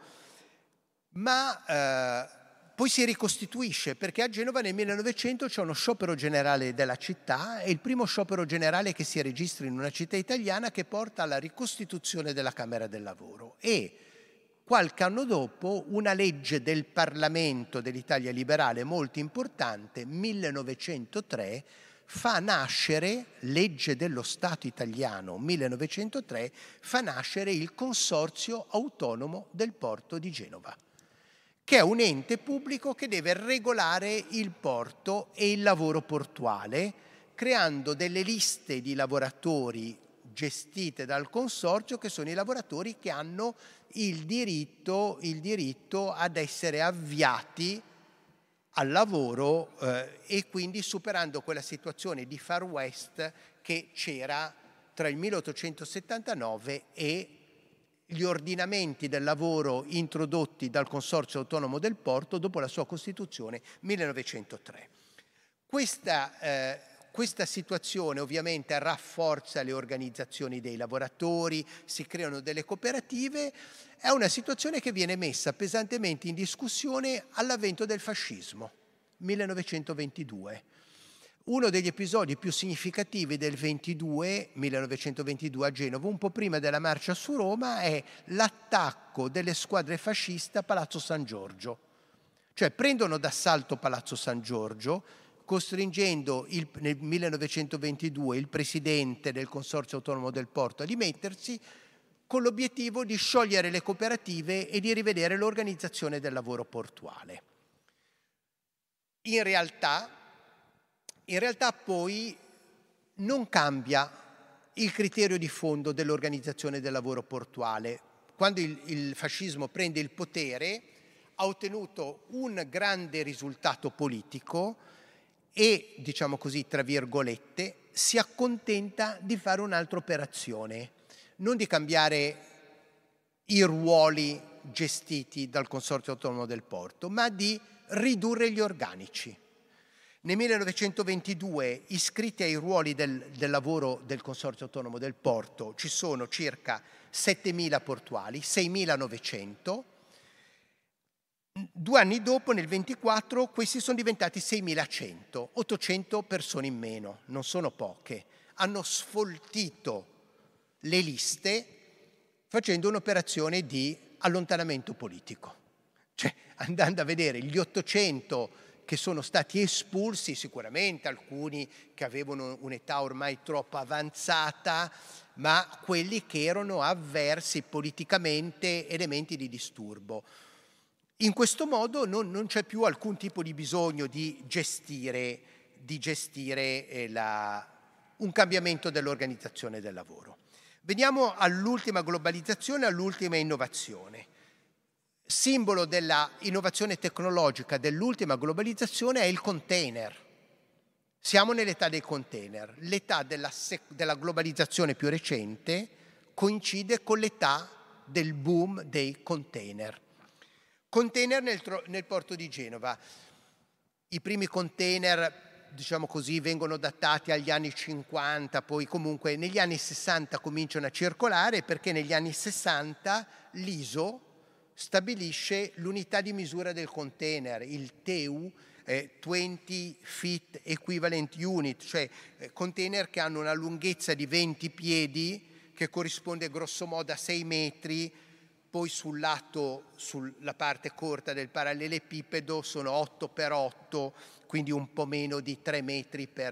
ma eh, poi si ricostituisce, perché a Genova nel millenovecento c'è uno sciopero generale della città, è il primo sciopero generale che si registra in una città italiana, che porta alla ricostituzione della Camera del Lavoro. E qualche anno dopo una legge del Parlamento dell'Italia liberale molto importante, millenovecentotre, fa nascere, legge dello Stato italiano millenovecentotre, fa nascere il Consorzio Autonomo del Porto di Genova, che è un ente pubblico che deve regolare il porto e il lavoro portuale, creando delle liste di lavoratori gestite dal consorzio, che sono i lavoratori che hanno il diritto, il diritto ad essere avviati al lavoro eh, e quindi superando quella situazione di Far West che c'era tra il milleottocentosettantanove e gli ordinamenti del lavoro introdotti dal Consorzio Autonomo del Porto dopo la sua costituzione millenovecentotre. Questa, eh, questa situazione ovviamente rafforza le organizzazioni dei lavoratori, si creano delle cooperative, è una situazione che viene messa pesantemente in discussione all'avvento del fascismo, millenovecentoventidue. Uno degli episodi più significativi del ventidue, millenovecentoventidue a Genova, un po' prima della marcia su Roma, è l'attacco delle squadre fasciste a Palazzo San Giorgio. Cioè prendono d'assalto Palazzo San Giorgio, costringendo il, nel millenovecentoventidue il presidente del Consorzio Autonomo del Porto a dimettersi, con l'obiettivo di sciogliere le cooperative e di rivedere l'organizzazione del lavoro portuale. In realtà, in realtà poi non cambia il criterio di fondo dell'organizzazione del lavoro portuale. Quando il, il fascismo prende il potere, ha ottenuto un grande risultato politico e, diciamo così, tra virgolette, si accontenta di fare un'altra operazione, non di cambiare i ruoli gestiti dal Consorzio Autonomo del Porto, ma di ridurre gli organici. Nel millenovecentoventidue iscritti ai ruoli del, del lavoro del Consorzio Autonomo del Porto ci sono circa settemila portuali, seimilanovecento. Due anni dopo, nel ventiquattro, questi sono diventati seimilacento, ottocento persone in meno, non sono poche. Hanno sfoltito le liste facendo un'operazione di allontanamento politico. Cioè, andando a vedere gli ottocento che sono stati espulsi, sicuramente alcuni che avevano un'età ormai troppo avanzata, ma quelli che erano avversi politicamente, elementi di disturbo. In questo modo non, non c'è più alcun tipo di bisogno di gestire, di gestire eh, la, un cambiamento dell'organizzazione del lavoro. Veniamo all'ultima globalizzazione, all'ultima innovazione. Simbolo della innovazione tecnologica dell'ultima globalizzazione è il container. Siamo nell'età dei container. L'età della, della globalizzazione più recente coincide con l'età del boom dei container. Container nel, nel porto di Genova. I primi container, diciamo così, vengono datati agli anni cinquanta, poi comunque negli anni sessanta cominciano a circolare, perché negli anni sessanta l'I S O stabilisce l'unità di misura del container, il T E U, eh, venti Feet Equivalent Unit, cioè eh, container che hanno una lunghezza di venti piedi, che corrisponde grosso modo a sei metri, poi sul lato, sulla parte corta del parallelepipedo sono otto per otto, quindi un po' meno di tre metri per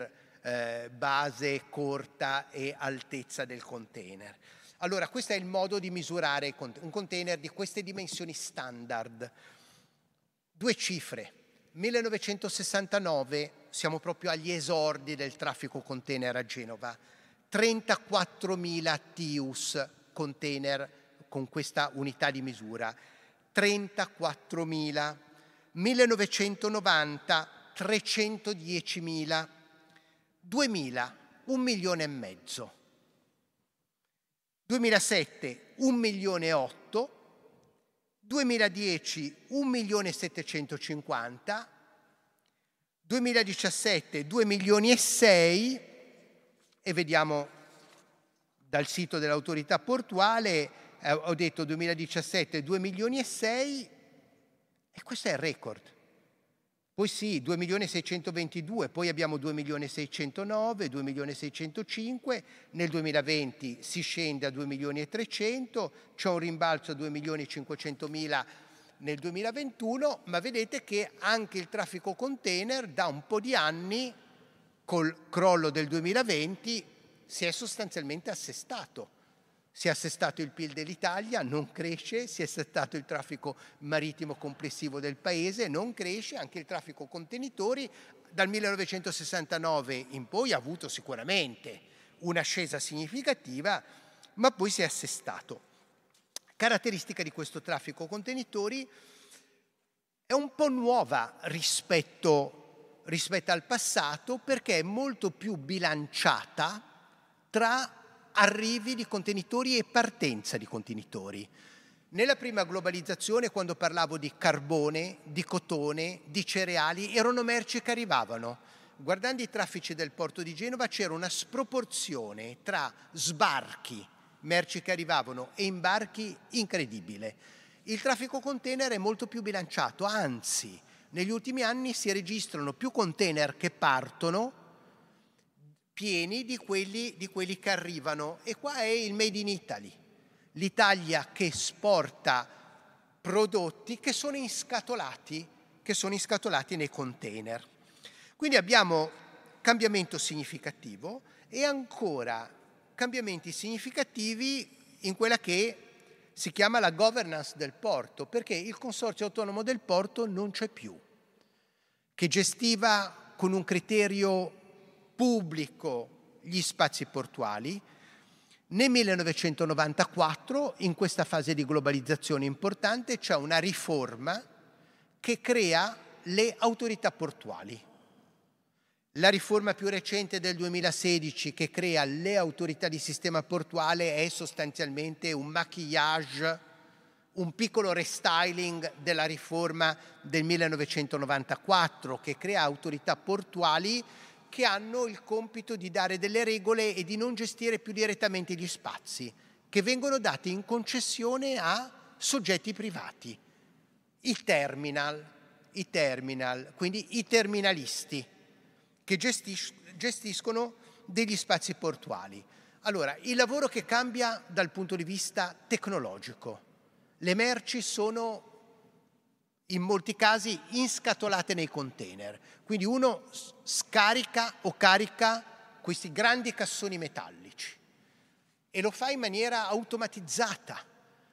eh, base, corta e altezza del container. Allora, questo è il modo di misurare un container di queste dimensioni standard. Due cifre. millenovecentosessantanove, siamo proprio agli esordi del traffico container a Genova. trentaquattromila T I U S container con questa unità di misura. trentaquattromila. millenovecentonovanta, trecentodiecimila. duemila, un milione e mezzo. duemilasette, un milione e otto. duemiladieci, un milione e settecentocinquanta. duemiladiciassette, due milioni e sei. E vediamo dal sito dell'autorità portuale, eh, ho detto duemiladiciassette, due milioni e sei. E questo è il record. Poi sì, due milioni e seicentoventidue, poi abbiamo due milioni e seicentonove, due milioni e seicentocinque, nel duemilaventi si scende a due milioni e trecento, c'è un rimbalzo a due milioni e cinquecentomila nel duemilaventuno, ma vedete che anche il traffico container da un po' di anni, col crollo del duemilaventi, si è sostanzialmente assestato. Si è assestato il P I L dell'Italia, non cresce, si è assestato il traffico marittimo complessivo del paese, non cresce, anche il traffico contenitori dal millenovecentosessantanove in poi ha avuto sicuramente un'ascesa significativa, ma poi si è assestato. Caratteristica di questo traffico contenitori è un po' nuova rispetto, rispetto al passato, perché è molto più bilanciata tra arrivi di contenitori e partenza di contenitori. Nella prima globalizzazione, quando parlavo di carbone, di cotone, di cereali, erano merci che arrivavano. Guardando i traffici del porto di Genova c'era una sproporzione tra sbarchi, merci che arrivavano, e imbarchi incredibile. Il traffico container è molto più bilanciato, anzi, negli ultimi anni si registrano più container che partono pieni di quelli, di quelli che arrivano, e qua è il Made in Italy, l'Italia che esporta prodotti che sono inscatolati, che sono inscatolati nei container. Quindi abbiamo cambiamento significativo e ancora cambiamenti significativi in quella che si chiama la governance del porto, perché il Consorzio Autonomo del Porto non c'è più, che gestiva con un criterio pubblico gli spazi portuali. Nel millenovecentonovantaquattro, in questa fase di globalizzazione importante, c'è una riforma che crea le autorità portuali. La riforma più recente del duemilasedici, che crea le autorità di sistema portuale, è sostanzialmente un maquillage, un piccolo restyling della riforma del millenovecentonovantaquattro, che crea autorità portuali che hanno il compito di dare delle regole e di non gestire più direttamente gli spazi, che vengono dati in concessione a soggetti privati. I terminal, i terminal, quindi i terminalisti, che gestis- gestiscono degli spazi portuali. Allora, il lavoro che cambia dal punto di vista tecnologico. Le merci sono in molti casi inscatolate nei container, quindi uno scarica o carica questi grandi cassoni metallici e lo fa in maniera automatizzata,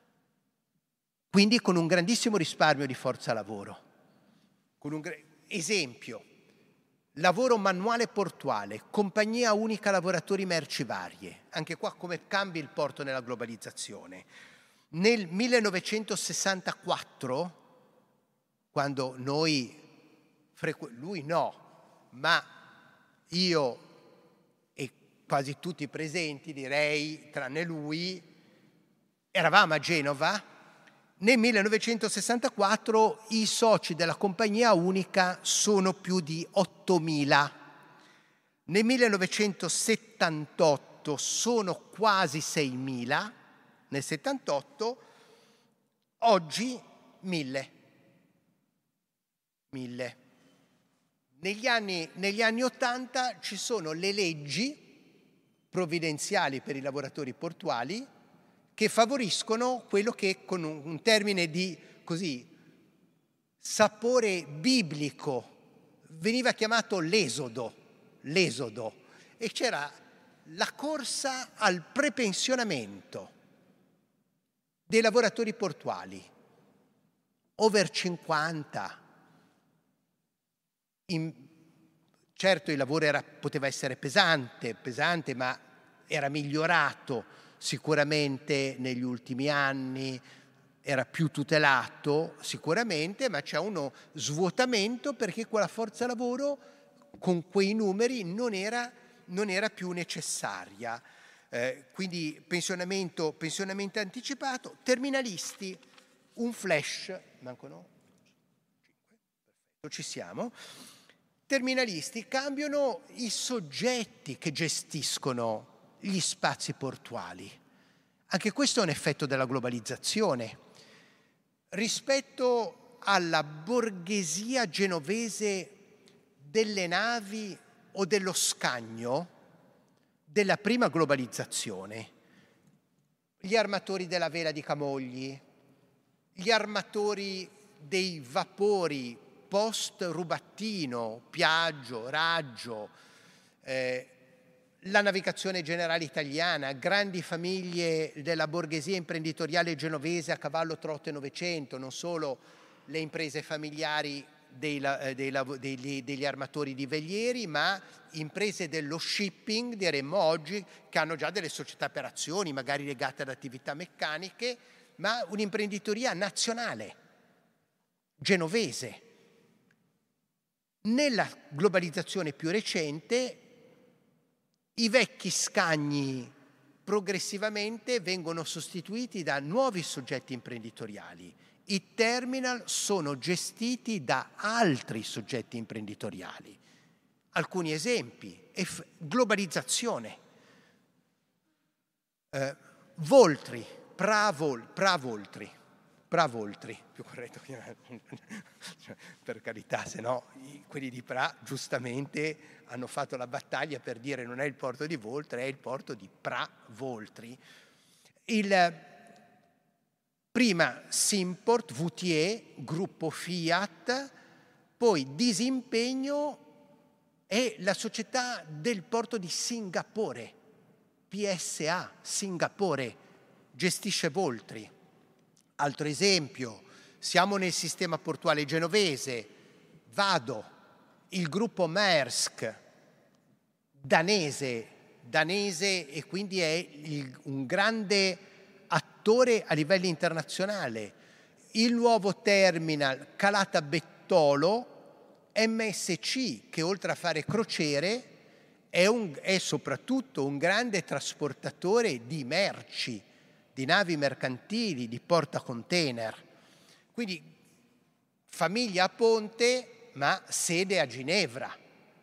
quindi con un grandissimo risparmio di forza lavoro. Con un esempio, lavoro manuale portuale, compagnia unica lavoratori merci varie, anche qua come cambia il porto nella globalizzazione. Nel millenovecentosessantaquattro, quando noi, lui no, ma io e quasi tutti i presenti, direi, tranne lui, eravamo a Genova, nel millenovecentosessantaquattro i soci della compagnia unica sono più di ottomila. Nel millenovecentosettantotto sono quasi seimila, nel settantotto, oggi mille. Mille. Negli anni, negli anni ottanta ci sono le leggi provvidenziali per i lavoratori portuali che favoriscono quello che, con un, un termine di così sapore biblico, veniva chiamato l'esodo, l'esodo, e c'era la corsa al prepensionamento dei lavoratori portuali, over cinquanta. In, certo il lavoro era, poteva essere pesante, pesante, ma era migliorato sicuramente negli ultimi anni, era più tutelato sicuramente, ma c'è uno svuotamento perché quella forza lavoro con quei numeri non era, non era più necessaria. Eh, quindi pensionamento, pensionamento anticipato, terminalisti, un flash, mancano cinque, ci siamo. Terminalisti, cambiano i soggetti che gestiscono gli spazi portuali. Anche questo è un effetto della globalizzazione. Rispetto alla borghesia genovese delle navi o dello scagno della prima globalizzazione, gli armatori della vela di Camogli, gli armatori dei vapori post-Rubattino, Piaggio, Raggio, eh, la navigazione generale italiana, grandi famiglie della borghesia imprenditoriale genovese a cavallo tra ottocento e novecento, non solo le imprese familiari dei, dei, degli, degli armatori di velieri, ma imprese dello shipping, diremmo oggi, che hanno già delle società per azioni, magari legate ad attività meccaniche, ma un'imprenditoria nazionale, genovese. Nella globalizzazione più recente i vecchi scagni progressivamente vengono sostituiti da nuovi soggetti imprenditoriali. I terminal sono gestiti da altri soggetti imprenditoriali. Alcuni esempi: globalizzazione, eh, Voltri, Pravol, Pravoltri, Pravoltri, più corretto, per carità, se no quelli di Pra giustamente hanno fatto la battaglia per dire non è il porto di Voltri, è il porto di Pravoltri. Il, prima Simport, V T E, gruppo Fiat, poi Disimpegno e la società del porto di Singapore, P S A, Singapore, gestisce Voltri. Altro esempio, siamo nel sistema portuale genovese, Vado, il gruppo Maersk, danese, danese e quindi è il, un grande attore a livello internazionale. Il nuovo terminal Calata Bettolo, M S C, che oltre a fare crociere è, un, è soprattutto un grande trasportatore di merci, di navi mercantili, di portacontainer. Quindi famiglia a Ponte, ma sede a Ginevra.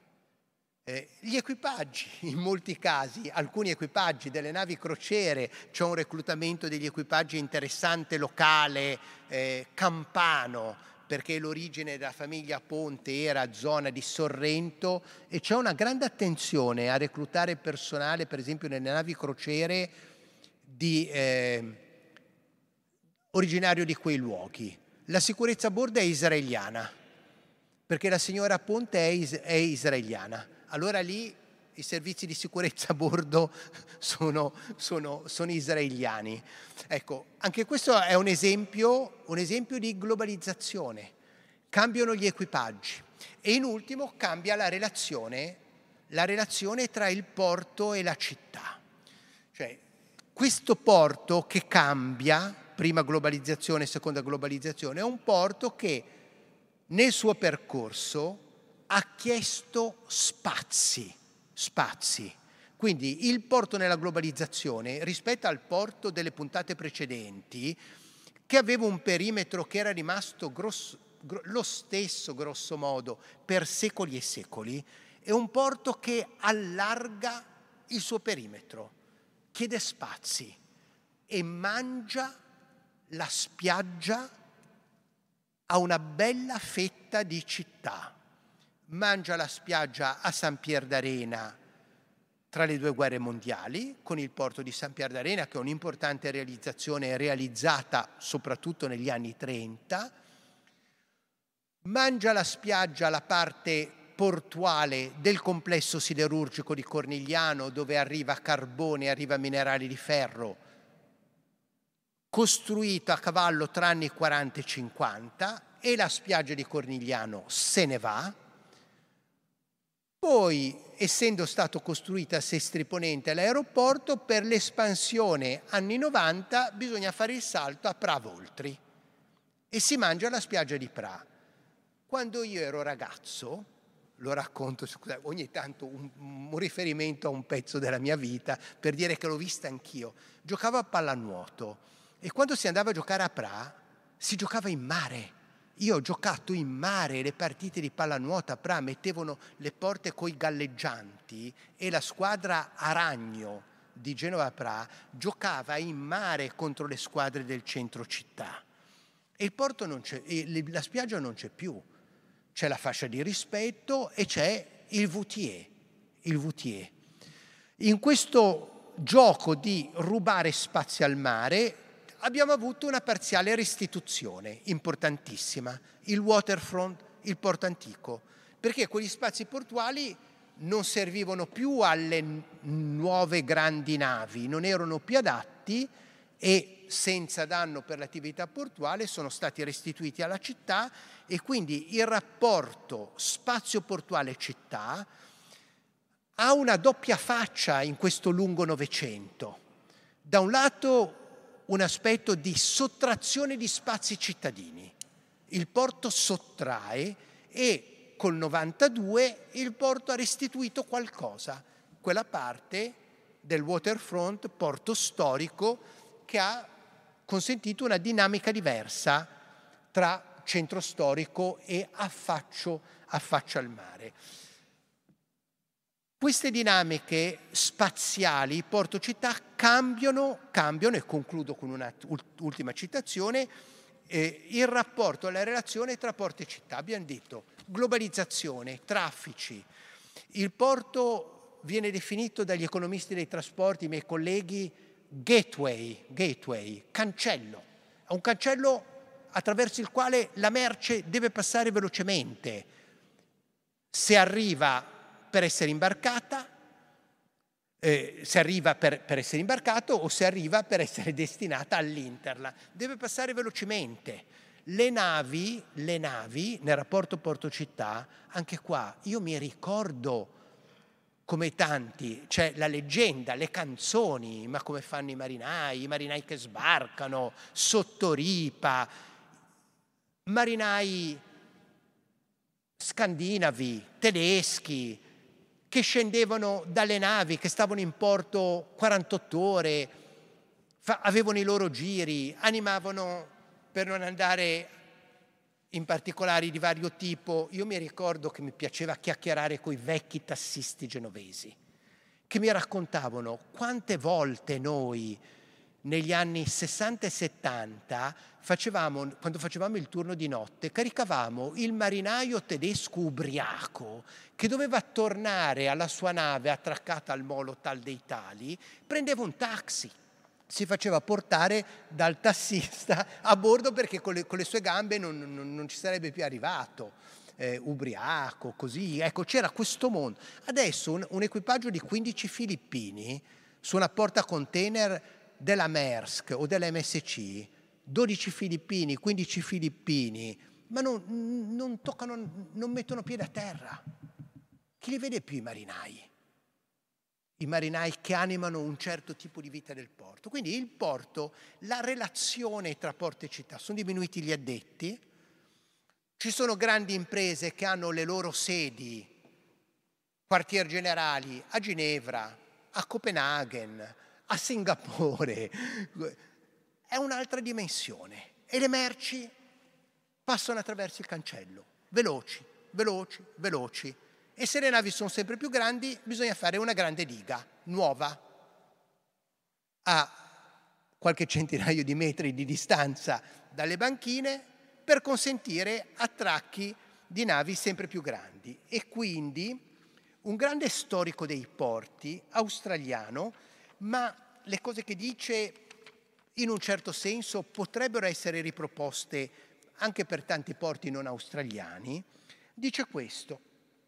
Eh, gli equipaggi, in molti casi, alcuni equipaggi delle navi crociere, c'è un reclutamento degli equipaggi interessante, locale, eh, campano, perché l'origine della famiglia Ponte era zona di Sorrento e c'è una grande attenzione a reclutare personale, per esempio nelle navi crociere, di, eh, originario di quei luoghi. La sicurezza a bordo è israeliana, perché la signora Ponte è, is- è israeliana. Allora lì i servizi di sicurezza a bordo sono, sono, sono israeliani. Ecco, anche questo è un esempio, un esempio di globalizzazione. Cambiano gli equipaggi e in ultimo cambia la relazione, la relazione tra il porto e la città. Cioè, questo porto che cambia, prima globalizzazione, seconda globalizzazione, è un porto che nel suo percorso ha chiesto spazi, spazi. Quindi il porto nella globalizzazione, rispetto al porto delle puntate precedenti, che aveva un perimetro che era rimasto grosso, gro- lo stesso grosso modo per secoli e secoli, è un porto che allarga il suo perimetro, chiede spazi e mangia la spiaggia a una bella fetta di città. Mangia la spiaggia a San Pier d'Arena tra le due guerre mondiali, con il porto di San Pier d'Arena, che è un'importante realizzazione realizzata soprattutto negli anni trenta. Mangia la spiaggia alla parte portuale del complesso siderurgico di Cornigliano, dove arriva carbone, arriva minerali di ferro, costruito a cavallo tra anni quaranta e cinquanta, e la spiaggia di Cornigliano se ne va. Poi, essendo stato costruito a Sestri Ponente l'aeroporto, per l'espansione anni novanta bisogna fare il salto a Pra Voltri e si mangia la spiaggia di Pra. Quando io ero ragazzo, lo racconto, scusa, ogni tanto un, un riferimento a un pezzo della mia vita per dire che l'ho vista anch'io, giocavo a pallanuoto e quando si andava a giocare a Pra si giocava in mare. Io ho giocato in mare le partite di pallanuoto a Pra, mettevano le porte coi galleggianti e la squadra Aragno di Genova Pra giocava in mare contro le squadre del centro città. E il porto non c'è, e la spiaggia non c'è più. C'è la fascia di rispetto e c'è il V T E. Il V T E. In questo gioco di rubare spazi al mare abbiamo avuto una parziale restituzione importantissima, il waterfront, il porto antico, perché quegli spazi portuali non servivano più alle nuove grandi navi, non erano più adatti e senza danno per l'attività portuale sono stati restituiti alla città, e quindi il rapporto spazio portuale città ha una doppia faccia in questo lungo Novecento. Da un lato un aspetto di sottrazione di spazi cittadini. Il porto sottrae e col novantadue il porto ha restituito qualcosa, quella parte del waterfront, porto storico, che ha consentito una dinamica diversa tra centro storico e affaccio, affaccio al mare. Queste dinamiche spaziali, porto-città, cambiano, cambiano, e concludo con un'ultima citazione, eh, il rapporto, la relazione tra porto e città. Abbiamo detto globalizzazione, traffici. Il porto viene definito dagli economisti dei trasporti, i miei colleghi, gateway, gateway, cancello. È un cancello attraverso il quale la merce deve passare velocemente. Se arriva per essere imbarcata, eh, se arriva per, per essere imbarcato o se arriva per essere destinata all'Interland. Deve passare velocemente. Le navi, le navi nel rapporto porto-città, anche qua io mi ricordo come tanti, c'è la leggenda, le canzoni, ma come fanno i marinai, i marinai che sbarcano sotto ripa, marinai scandinavi, tedeschi, che scendevano dalle navi, che stavano in porto quarantotto ore, fa, avevano i loro giri, animavano per non andare in particolari di vario tipo. Io mi ricordo che mi piaceva chiacchierare con i vecchi tassisti genovesi, che mi raccontavano quante volte noi negli anni sessanta e settanta facevamo, quando facevamo il turno di notte, caricavamo il marinaio tedesco ubriaco che doveva tornare alla sua nave attraccata al molo Tal dei Tali, prendeva un taxi, si faceva portare dal tassista a bordo perché con le, con le sue gambe non, non, non ci sarebbe più arrivato, eh, ubriaco, così. Ecco, c'era questo mondo. Adesso un, un equipaggio di quindici filippini su una portacontainer della Maersk o della M S C, dodici filippini, quindici filippini, ma non, non toccano, non mettono piede a terra. Chi li vede più i marinai? I marinai che animano un certo tipo di vita del porto. Quindi il porto, la relazione tra porto e città, sono diminuiti gli addetti, ci sono grandi imprese che hanno le loro sedi, quartier generali a Ginevra, a Copenaghen, a Singapore. È un'altra dimensione e le merci passano attraverso il cancello, veloci, veloci, veloci. E se le navi sono sempre più grandi, bisogna fare una grande diga, nuova, a qualche centinaio di metri di distanza dalle banchine, per consentire attracchi di navi sempre più grandi. E quindi un grande storico dei porti, australiano, ma le cose che dice in un certo senso potrebbero essere riproposte anche per tanti porti non australiani, dice questo: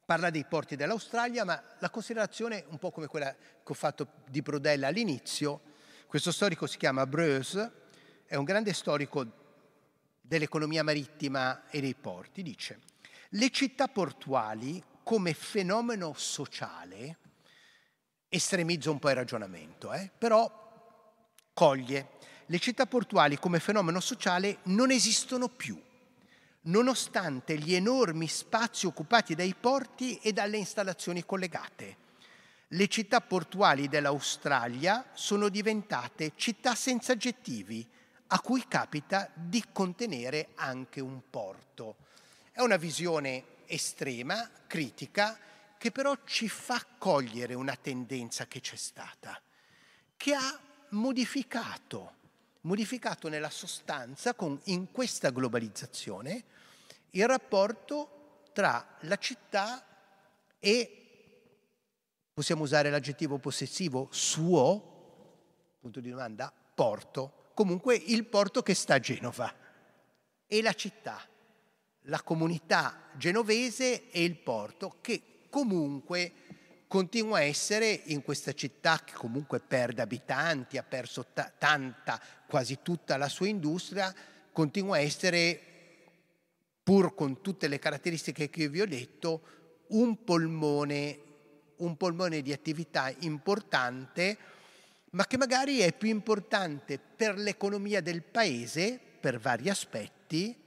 parla dei porti dell'Australia, ma la considerazione, un po' come quella che ho fatto di Brodella all'inizio, questo storico si chiama Breuse, è un grande storico dell'economia marittima e dei porti, dice: le città portuali come fenomeno sociale, estremizzo un po' il ragionamento, eh, però coglie, le città portuali come fenomeno sociale non esistono più, nonostante gli enormi spazi occupati dai porti e dalle installazioni collegate. Le città portuali dell'Australia sono diventate città senza aggettivi, a cui capita di contenere anche un porto. È una visione estrema, critica, che però ci fa cogliere una tendenza che c'è stata, che ha modificato, modificato nella sostanza, con, in questa globalizzazione, il rapporto tra la città e, possiamo usare l'aggettivo possessivo, suo, punto di domanda, porto, comunque il porto che sta a Genova, e la città, la comunità genovese e il porto, che comunque continua a essere in questa città che comunque perde abitanti, ha perso ta- tanta, quasi tutta la sua industria, continua a essere, pur con tutte le caratteristiche che vi ho detto, un polmone, un polmone di attività importante, ma che magari è più importante per l'economia del paese, per vari aspetti,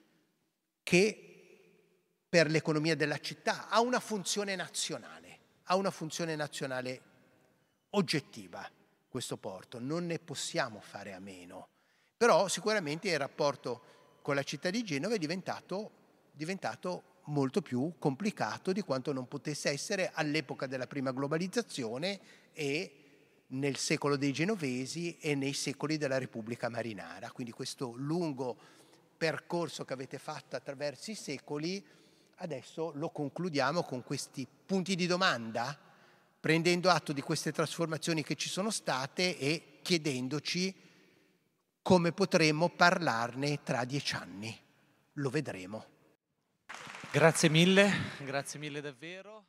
che per l'economia della città. Ha una funzione nazionale, ha una funzione nazionale oggettiva questo porto, non ne possiamo fare a meno. Però sicuramente il rapporto con la città di Genova è diventato, diventato molto più complicato di quanto non potesse essere all'epoca della prima globalizzazione e nel secolo dei Genovesi e nei secoli della Repubblica Marinara. Quindi questo lungo percorso che avete fatto attraverso i secoli, adesso lo concludiamo con questi punti di domanda, prendendo atto di queste trasformazioni che ci sono state e chiedendoci come potremmo parlarne tra dieci anni. Lo vedremo. Grazie mille, grazie mille davvero.